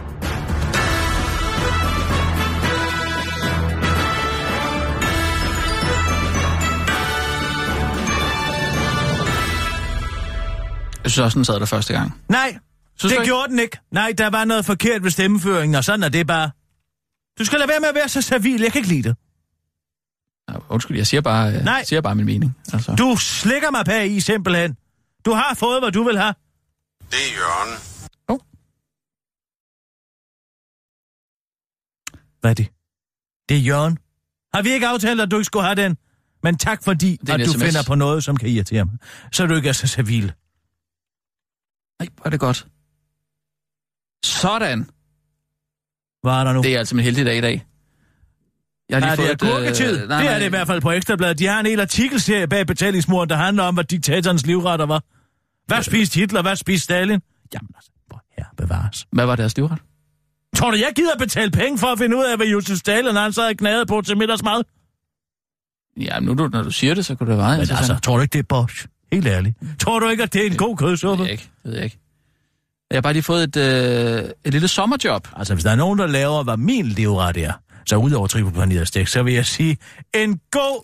Jeg synes også, den sad der første gang. Nej, synes det gjorde den ikke. Nej, der var noget forkert ved stemmeføringen, og sådan er det bare. Du skal lade være med at være så servil. Jeg kan ikke lide det. Undskyld, jeg siger bare min mening. Altså. Du slikker mig bag i, simpelthen. Du har fået, hvad du vil have. Det er Jørgen. Hvad er det? Det er Jørgen. Har vi ikke aftalt, at du ikke skulle have den? Men tak fordi, at du finder på noget, som kan irritere mig. Så du ikke er så servil. Nej, hvor er det godt. Sådan. Hvad er der nu? Det er altså min heldige dag i dag. Jeg har lige fået det er gurketid. Det er det i hvert fald på Ekstrabladet. De har en hel artikelserie bag betalingsmuren, der handler om, hvad diktatorens livretter var. Hvad spiste Hitler? Hvad spiste Stalin? Jamen altså, hvor her bevares. Hvad var deres livret? Tror du, jeg gider betale penge for at finde ud af, hvad Josef Stalin han så havde knaget på til middagsmad? Ja, nu når du siger det, så kunne det være. Men altså, tror du ikke, det er Bosch? Helt ærligt. Tror du ikke, at det er en god kødsuppe? Det ved jeg ikke. Jeg har bare lige fået et lille sommerjob. Altså, hvis der er nogen, der laver, hvad min livret er, så udover tripopaneret stik, så vil jeg sige, en god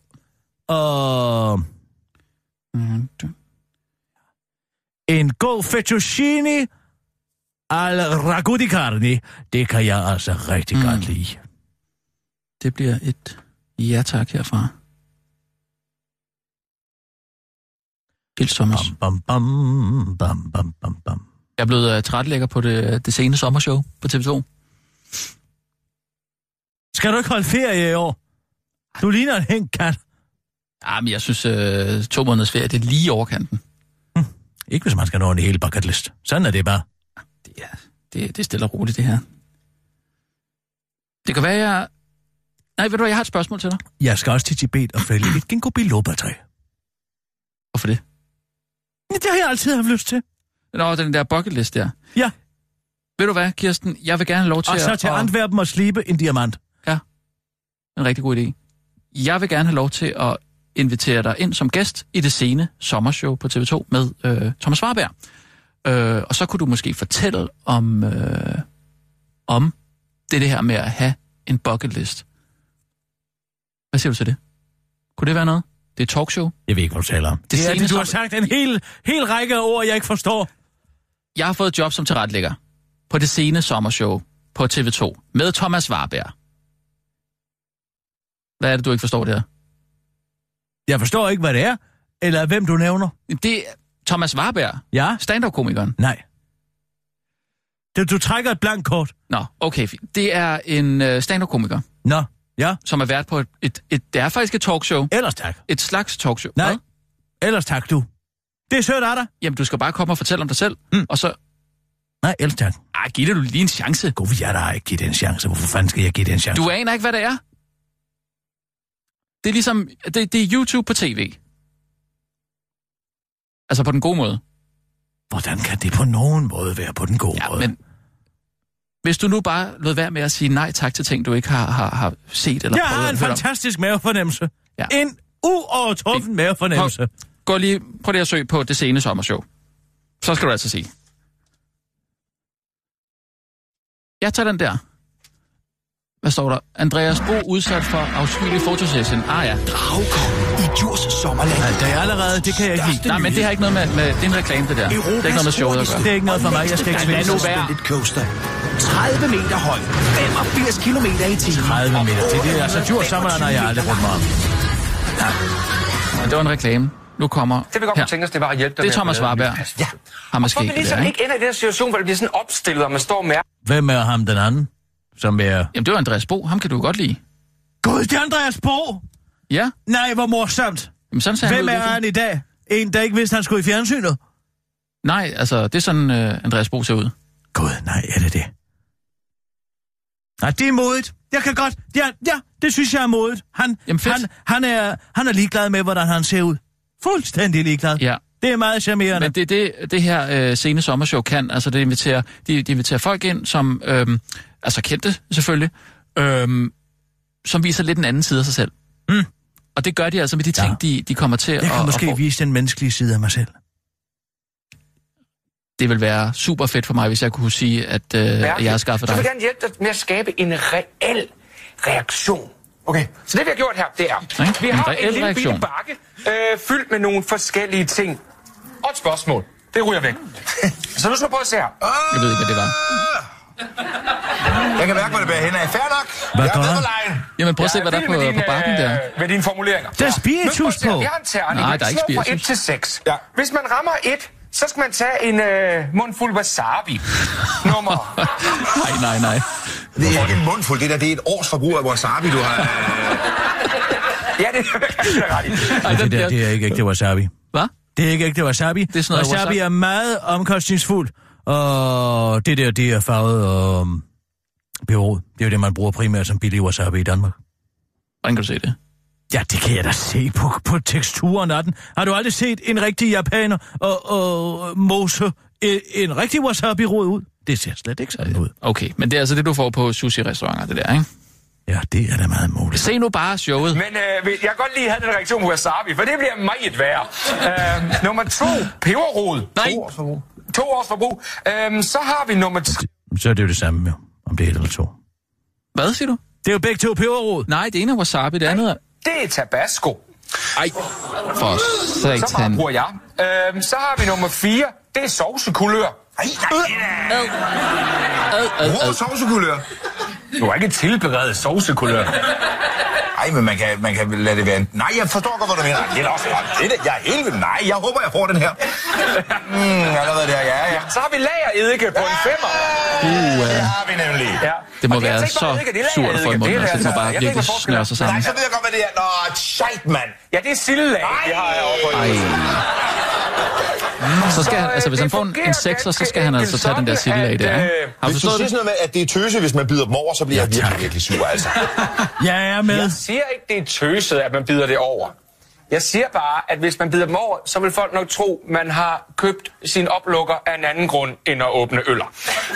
en god fettuccine al ragu di carne, det kan jeg altså rigtig godt lide. Det bliver et ja tak herfra. Helt sommers. Bam, bam, bam, bam, bam, bam. Jeg er blevet trætlægger på det sene sommershow på TV2. Skal du ikke holde ferie i år? Du ligner en hængt kat. Ja, men jeg synes, 2 måneders ferie, det er lige overkanten. Ikke hvis man skal nå en hel bucket list. Sådan er det bare. Det er stille og roligt, det her. Det kan være, jeg... Nej, ved du hvad, jeg har et spørgsmål til dig. Jeg skal også til Tibet og fælde et ginkgo biloba-træ. Hvorfor det? Det har jeg altid haft lyst til. Nå, den der bucket list der. Ja. Ved du hvad, Kirsten? Jeg vil gerne have lov til og så til Antwerpen og slibe en diamant. Ja, en rigtig god idé. Jeg vil gerne have lov til at invitere dig ind som gæst i det sene sommershow på TV2 med Thomas Warberg. Og så kunne du måske fortælle om det her med at have en bucket list. Hvad siger du til det? Kunne det være noget? Det er talkshow. Jeg ved ikke, hvad du taler om. Det er det, du har sagt en hel række af ord, jeg ikke forstår. Jeg har fået job som tilrettelægger på det sene sommershow på TV2 med Thomas Warberg. Hvad er det, du ikke forstår der? Jeg forstår ikke, hvad det er, eller hvem du nævner. Det er Thomas Warberg. Ja? Stand-up-komikeren. Nej. Du trækker et blankt kort. Nå, okay. Det er en stand-up-komiker. Nå, ja. Som er vært på det er faktisk et talkshow. Ellers tak. Et slags talkshow. Nej, hvad? Ellers tak du. Det er sødt af dig. Jamen, du skal bare komme og fortælle om dig selv, og så... Nej, ellers tak. Ej, giv det du lige en chance. God, jeg da ikke give det en chance. Hvorfor fanden skal jeg give det en chance? Du aner ikke, hvad det er. Det er ligesom... Det er YouTube på tv. Altså på den gode måde. Hvordan kan det på nogen måde være på den gode måde? Men hvis du nu bare lod være med at sige nej tak til ting, du ikke har set eller prøvet. Jeg har en fantastisk mavefornemmelse. Ja. En uovertruffen mavefornemmelse. Gå lige, prøv lige at søge på det sene sommershow. Så skal du altså se. Jeg tager den der. Hvad står der? Andreas Bo udsat for afskyelig fotosession. Ah ja. Dragkongen i Djurs sommerland. Nej, det er allerede, det kan jeg ikke lide. Nej, men det har ikke noget med det er en reklame, det der. Det er ikke noget med showet at gøre. Det er ikke noget for mig, jeg skal ikke svinge. Lad nu være. Coaster. 30 meter høj, 85 kilometer i timen. 30 meter, det er altså Djurs sommerland, har jeg aldrig brugt mig om. Ja. Men det var en reklame. Nu kommer... Det vil godt tænke os, det var at hjælpe dig. Det er Thomas Warberg. Ja. Ham er skæg, ligesom ikke ender i den situation, hvor det bliver sådan opstillet, og man står med... Hvem er ham den anden? Som er... Jamen, det var Andreas Bo. Ham kan du godt lide. Gud, det er Andreas Bo! Ja. Nej, hvor morsomt. Jamen, sådan hvem er han i dag? En, der ikke vidste, han skulle i fjernsynet? Nej, altså, det er sådan, Andreas Bo ser ud. Gud, nej, er det det? Nej, det er modigt. Jeg kan godt... Ja, det synes jeg er modigt. Han er ligeglad med, hvordan han ser ud. Fuldstændig ligeglad. Ja. Det er meget charmerende. Men det her sene sommershow kan, altså det inviterer, de inviterer folk ind, som, altså kendte selvfølgelig, som viser lidt en anden side af sig selv. Mm. Og det gør de altså med de ting, de kommer til at... Jeg kan måske vise den menneskelige side af mig selv. Det vil være super fedt for mig, hvis jeg kunne sige, at jeg har skaffet dig. Så vil jeg gerne hjælpe dig med at skabe en reel reaktion. Okay, så det vi har gjort her, det er, vi har en lille bitte bakke fyldt med nogle forskellige ting. Og et spørgsmål. Det ryger væk. Så nu skal du prøve at se her. Jeg ved ikke, hvad det var. Jeg kan mærke, hvor det bærer hen af. Fair nok. Hvad gør han? Jamen prøv at se, hvad der er på bakken der. Med dine formuleringer. Der er spiritus på. Vi har en terning. Nej, der er ikke spiritus. Fra 1 til 6. Ja. Hvis man rammer 1, så skal man tage en mundfuld wasabi. Nummer. Nej. Det er ikke en mundfuld, det er et års forbrug af wasabi, du har... Ja, det er ret i. Det er ikke ægte wasabi. Hvad? Det er ikke ægte wasabi. Det er sådan noget wasabi er meget omkostningsfuldt, og det er farvet og peberrod. Det er jo det, man bruger primært som billig wasabi i Danmark. Hvordan kan du se det? Ja, det kan jeg da se på teksturen af den. Har du aldrig set en rigtig japaner og mose en rigtig wasabi-rod ud? Det ser slet ikke sådan ud. Okay, men det er altså det, du får på sushi-restauranter, det der, ikke? Ja, det er da meget muligt. Se nu bare showet. Men jeg kan godt lige have den reaktion på wasabi, for det bliver meget værre. Nummer 2, peberrod. Nej. 2 års forbrug. Så har vi nummer 3. Så er det jo det samme, jo. Om det er 1 eller 2. Hvad siger du? Det er jo begge 2 peberrod. Nej, det ene er wasabi, det andet er... Det er tabasco. Ej, for satan. Så meget bruger jeg. Så har vi nummer 4. Det er sovsekulør. Rå sovsekulør. Du har ikke tilberedt sovsekulør. Ej, men man kan lade det være... Nej, jeg forstår godt, hvad du mener. Det er også godt. Jeg er helt vildt... Nej, jeg håber, jeg får den her. Allerede der, ja. Så har vi lageredike på en 5'er. Det har vi nemlig. Ja. Det må være så surt at få i munden, så det må bare virkelig snøre sig sammen. Nej, så ved jeg godt, hvad det er. Nå, shit, mand. Ja, det er sildelag, det har jeg overfor. Så skal han, altså hvis han får en 6'er, så skal han altså tage den der sildelag der. Har du hvis du siger sådan noget med, at det er tøse, hvis man bider dem over, så bliver jeg virkelig sur, altså. Ja, jeg er med. Jeg siger ikke, det er tøset, at man bider det over. Jeg siger bare, at hvis man bider dem over, så vil folk nok tro, man har købt sin oplukker af en anden grund, end at åbne øller.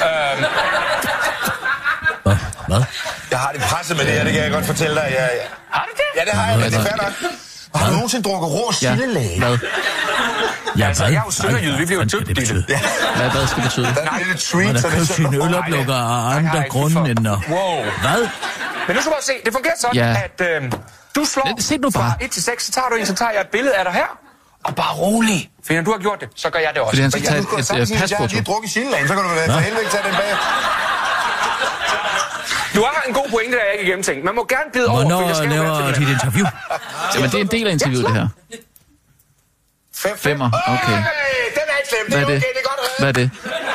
Hvad? Jeg har det presset med det her, det kan jeg godt fortælle dig. Har du det? Ja, det har jeg, men det er fair nok. Har du nogensinde drukket rå sildelag? Hvad? Ja, altså, jeg er jo sønderjyd, vi bliver jo døbt i det. Hvad skal det betyde? Der er lidt treat, så det er sådan nogle øloplukker og andre grunde end at... Wow. Hvad? Men nu skal du bare se, det fungerer sådan, at du slår fra 1 til 6, så tager du en, så tager jeg et billede af dig her. Og bare rolig. For når du har gjort det, så gør jeg det også. Fordi han skal tage et pasfoto. Jeg har lige drukket sildelag, så kan du for helvede ikke tage den bag. Du har en god pointe, der jeg ikke gennemtænkt. Man må gerne bide over, for jeg skal laver dit interview? Jamen, det er en del af interviewet, det her. 5'er, okay. Den er ikke slem, det er okay, det er godt. Hvad er det?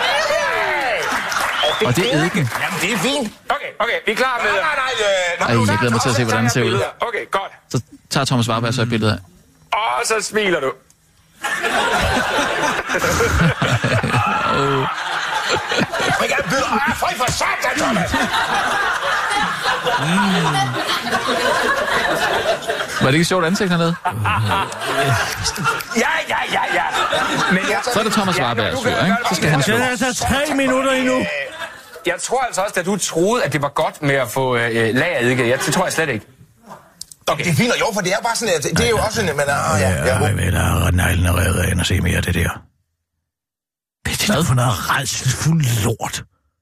Og det er eddike. Jamen, det er fint. Okay, vi er klar med... Nej, jeg glæder mig til at se, hvordan det ser ud. Okay, godt. Så tager Thomas Warberg så et billede af. Og så smiler du. Man kan byde fri for satan, Thomas! Var det ikke et sjovt ansigt hernede? Ja. Men så er det Thomas Warbergs tur, ikke? Så skal han slå. Det er altså 3 minutter endnu. Jeg tror altså også, at du troede, at det var godt med at få lagereddike. Det tror jeg slet ikke. Okay. Det er fint, jo, for det er bare sådan, at det er jo også sådan, at man er... Jeg vil have neglen og revet ind og se mere af det der. Det er for noget rædselsfuld lort.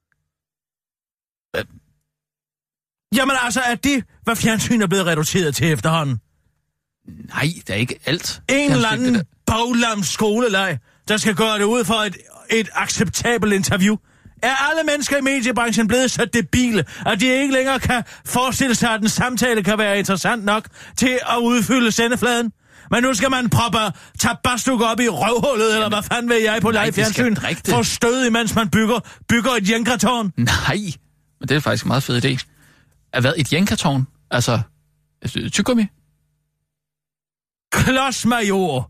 Jamen altså, er det, hvad fjernsyn er blevet reduceret til efterhånden? Nej, det er ikke alt. En eller anden baglams skoleleg, der skal gøre det ud for et acceptabelt interview. Er alle mennesker i mediebranchen blevet så debile, at de ikke længere kan forestille sig, at en samtale kan være interessant nok til at udfylde sendefladen? Men nu skal man proppe tabastuk op i røvhullet, eller hvad fanden vil jeg på live-fjernsyn? For stød, imens man bygger et jænkartårn? Nej, men det er faktisk en meget fed idé. Hvad, et jænkartårn? Altså, tyggegummi? Klodsmajor.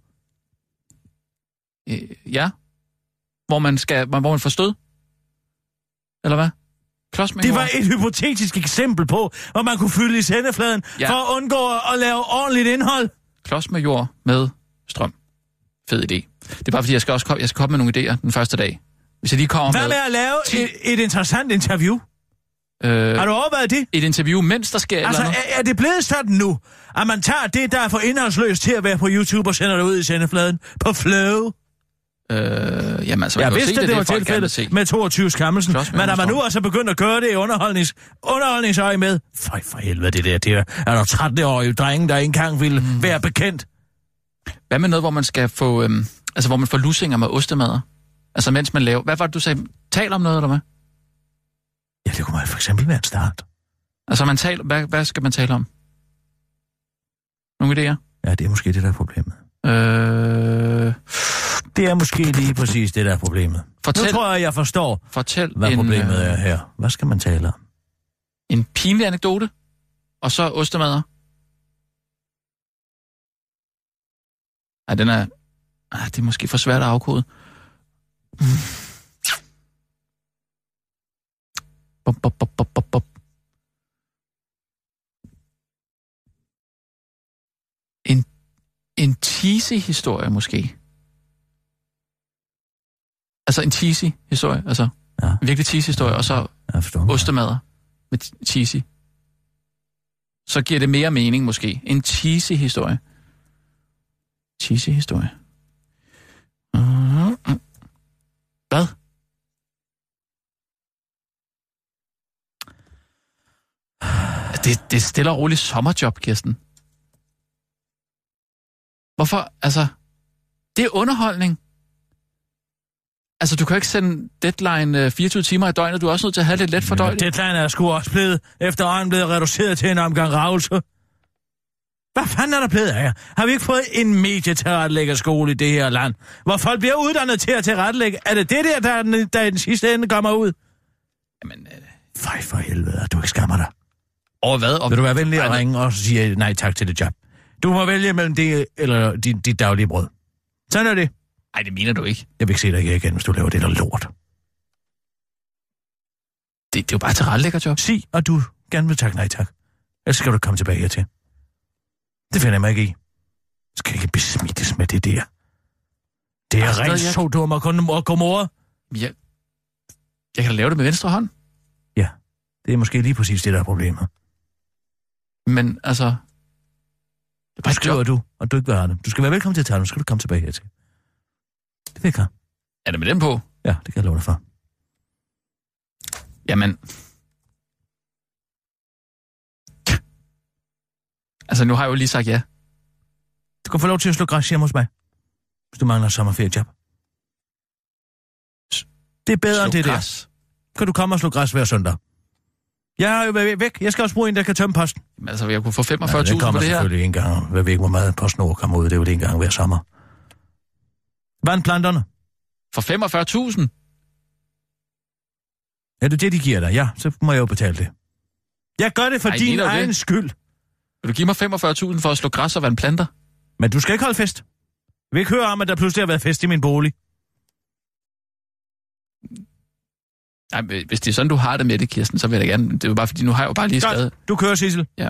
Ja. Hvor man får stød? Eller hvad? Klodsmajor? Det var et hypotetisk eksempel på, hvor man kunne fylde i sendefladen for at undgå at lave ordentligt indhold. Klodsmajor med strøm. Fed idé. Det er bare fordi, jeg skal komme med nogle idéer den første dag. Hvis jeg lige kommer hvad med at lave et interessant interview? Har du overvejet det? Et interview, mens der sker altså, eller noget? Er det blevet sådan nu, at man tager det, der er for indholdsløst til at være på YouTube og sender det ud i sendefladen på Flow? Jamen altså, jeg vidste, det var tilfældet med 22 skammelsen, men er man nu også begyndt at gøre det i underholdningsøje med? Føj for helvede, det der er der 13-årige drenge, der ikke engang ville være bekendt. Hvad med noget, hvor man skal få, hvor man får lussinger med ostemader? Altså, mens man laver... Hvad var det, du sagde? Taler om noget, eller hvad? Ja, det kunne for eksempel være en start. Altså, hvad skal man tale om? Nogle idéer? Ja, det er måske det, der er problemet. Det er måske lige præcis det, der er problemet. Nu tror jeg forstår, hvad problemet er her. Hvad skal man tale om? En pinlig anekdote, og så ostemader. Ej, den er... det er måske for svært at afkode. En cheesy historie måske. Altså en cheesy historie, altså en virkelig cheesy historie, og så ostemader med cheesy. Så giver det mere mening måske. En cheesy historie. Cheesy historie. Hvad? Det er stille og roligt sommerjob, Kirsten. Hvorfor? Altså, det er underholdning. Altså, du kan ikke sende Deadline 24 timer i døgnet. Du er også nødt til at have det let fordøjeligt. Deadline er sgu også efterhånden blevet reduceret til en omgang ravelse. Hvad fanden er der blevet af jer? Har vi ikke fået en medietilrettelæggerskole i det her land, hvor folk bliver uddannet til at tilrettelægge? Er det det der i den sidste ende kommer ud? Jamen... Fej for helvede, at du ikke skammer dig. Over hvad? Vil du være venlig at ringe og sige nej tak til det job? Du må vælge mellem det eller dit daglige brød. Sådan er det. Nej, det mener du ikke. Jeg vil ikke se dig igen, hvis du laver det der lort. Det er jo bare til retlæggerjob. Sig, og du gerne vil takke nej tak. Ellers skal du komme tilbage hertil. Det finder jeg mig ikke i. Skal ikke besmittes med det der. Det er rent så dum og godmorgen. Jeg kan lave det med venstre hånd. Ja, det er måske lige præcis det, der er problemet. Men altså... Det er bare skriver du, og du ikke vil have det. Du skal være velkommen til at tage det, så skal du komme tilbage hertil. Det vil jeg gøre. Er det med den på? Ja, det kan jeg love dig for. Jamen... Altså, nu har jeg jo lige sagt ja. Du kan få lov til at slå græs hjemme hos mig, hvis du mangler sommerferiejob. Det er bedre end det der. Kan du komme og slå græs hver søndag? Jeg har jo været væk. Jeg skal også bruge en, der kan tømme posten. Men altså, jeg kunne få 45.000 på det her. Det kommer selvfølgelig en gang. Jeg ved ikke, hvor meget PostNord kommer ud. Det er jo en gang hver sommer. Vandplanterne. For 45.000? Ja, det de giver dig. Ja, så må jeg jo betale det. Jeg gør det for din egen skyld. Vil du give mig 45.000 for at slå græs og vande planter? Men du skal ikke holde fest. Jeg vil ikke høre om, at der pludselig har været fest i min bolig. Nej, hvis det er sådan, du har det med det, Kirsten, så vil jeg da gerne. Det er jo bare, fordi nu har jeg jo bare lige skrevet... Du kører, Sissel. Ja.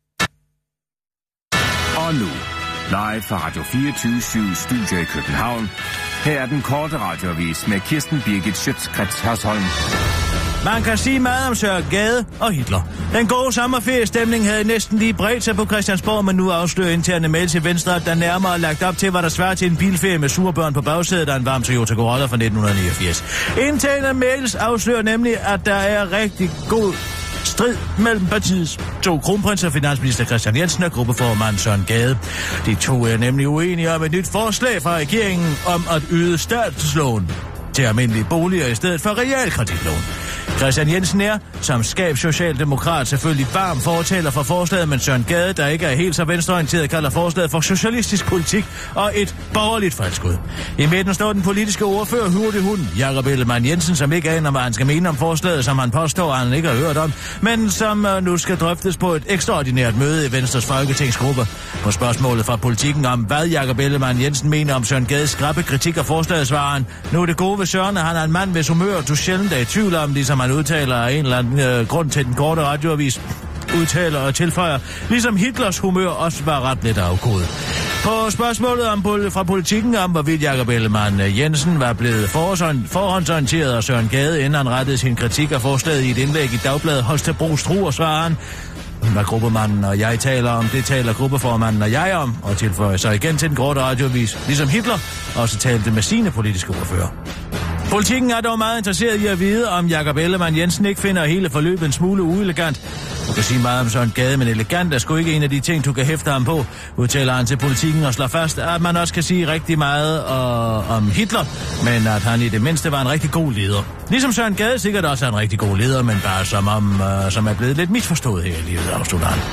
Og nu, live fra Radio 24/7 Studio i København. Her er den korte radioavis med Kirsten Birgit Schøtz-Krets Hørsholm. Man kan sige meget om Søren Gade og Hitler. Den gode sommerferiestemning havde næsten lige bredt sig på Christiansborg, men nu afslører interne mail til Venstre, der nærmere lagt op til, hvad der svarer til en bilferie med surbørn på bagsædet af en varm Toyota Corolla fra 1989. Interne mails afslører nemlig, at der er rigtig god strid mellem partiets to kronprinser, finansminister Christian Jensen og gruppeformand Søren Gade. De to er nemlig uenige om et nyt forslag fra regeringen om at yde statslån til almindelige boliger i stedet for realkreditlån. Christian Jensen er, som socialdemokrat, selvfølgelig varm fortaler for forslaget, men Søren Gade, der ikke er helt så venstreorienteret, kalder forslaget for socialistisk politik og et borgerligt fejlskud. I midten står den politiske ordfører hurtig Jakob Ellemann-Jensen, som ikke aner, hvad han skal mene om forslaget, som han påstår, han ikke har hørt om, men som nu skal drøftes på et ekstraordinært møde i Venstres folketingsgruppe. På spørgsmålet fra Politikken om, hvad Jakob Ellemann-Jensen mener om Søren Gades skrappe kritik af forslaget, svarer han: nu er det gode ved Søren, at han er en mand, hvis humør du sjældent er i tvivl om, ligesom han udtaler af en eller anden grund til den korte radioavis, udtaler og tilføjer, ligesom Hitlers humør også var ret lidt afkodet. På spørgsmålet fra Politikken om, hvorvidt Jakob Ellemann-Jensen var blevet forhåndsorienteret af Søren Gade, inden han rettede sin kritik af forslaget i et indlæg i Dagbladet Holstebro Struer, svarer han: hvad gruppemanden og jeg taler om, det taler gruppeformanden og jeg om, og tilføjer sig igen til den korte radioavis, ligesom Hitler også talte med sine politiske ordfører. Politikken er dog meget interesseret i at vide, om Jakob Ellemann-Jensen ikke finder hele forløbet en smule uelegant. Du kan sige meget om Søren Gade, men elegant er sgu ikke en af de ting, du kan hæfte ham på, udtaler han til Politikken og slår fast, at man også kan sige rigtig meget om Hitler, men at han i det mindste var en rigtig god leder. Ligesom Søren Gade sikkert også er en rigtig god leder, men bare som er blevet lidt misforstået her i livet, afslutter han.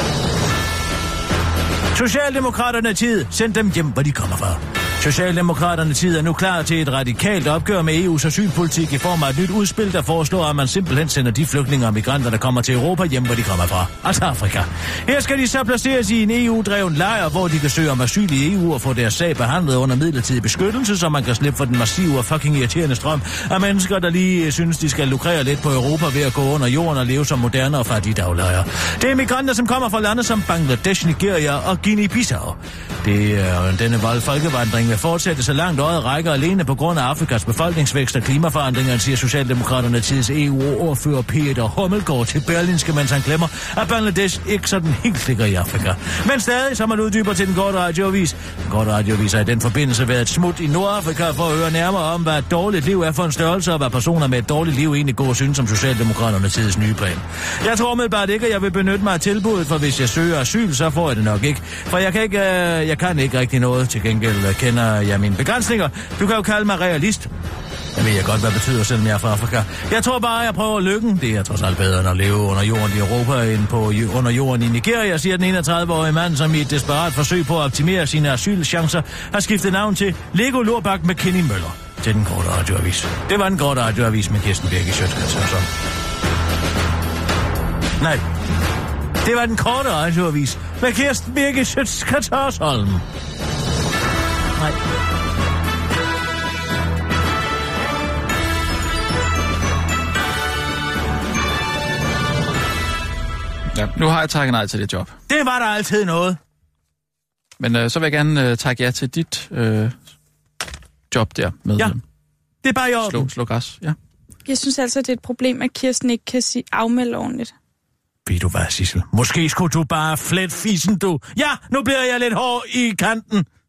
Socialdemokraterne tid, send dem hjem, hvor de kommer fra. Socialdemokraterne tid er nu klar til et radikalt opgør med EU's asylpolitik i form af et nyt udspil, der foreslår, at man simpelthen sender de flygtninge og migranter, der kommer til Europa, hjem, hvor de kommer fra. Altså Afrika. Her skal de så placeres i en EU-dreven lejr, hvor de kan søge om asyl i EU og få deres sag behandlet under midlertidig beskyttelse, så man kan slippe for den massive og fucking irriterende strøm af mennesker, der lige synes, de skal lukrere lidt på Europa ved at gå under jorden og leve som moderne og fattige daglejre. Det er migranter, som kommer fra lande som Bangladesh, Nigeria og Guinea-Bissau. Denne folkevandring vil fortsætte så langt øjet rækker alene på grund af Afrikas befolkningsvækst og klimaforandringer, siger Socialdemokraterne tids EU-ordfører Peter Hummelgaard til Berlinske, mens han glemmer, at Bangladesh ikke sådan helt ligger i Afrika. Men stadig, som man uddyber til den korte radioavis. Den korte radioavis har i den forbindelse været et smut i Nordafrika for at høre nærmere om, hvad et dårligt liv er for en størrelse, og hvad personer med et dårligt liv egentlig går og synes som Socialdemokraterne tids nye plan. Jeg tror medbart ikke, at jeg vil benytte mig af tilbuddet, for hvis jeg søger asyl, så får jeg det nok ikke. For jeg kan ikke rigtig noget. Til gengæld kender jeg mine begrænsninger. Du kan jo kalde mig realist. Jeg ved godt, hvad det betyder, selvom jeg er fra Afrika. Jeg tror bare, jeg prøver lykken. Det er trods alt bedre end at leve under jorden i Europa, end på under jorden i Nigeria, siger den 31-årige mand, som i et desperat forsøg på at optimere sine asylchancer har skiftet navn til Lego Lorbak med Kenny Møller til den korte radioavis. Det var den korte radioavis med Kirsten Birgit Schøtz-Krets Hørsholm. Nej, det var den korte radioavis med Kirsten Birgit Schøtz-Krets Hørsholm. Nej. Ja, nu har jeg takket nej til det job. Det var der altid noget. Men så vil jeg gerne takke ja til dit job der med det er bare i orden. Slå græs, ja. Jeg synes altså, det er et problem, at Kirsten ikke kan afmelde ordentligt. Ved du hvad, Sissel? Måske skulle du bare flet fissen, du. Ja, nu bliver jeg lidt hård i kanten.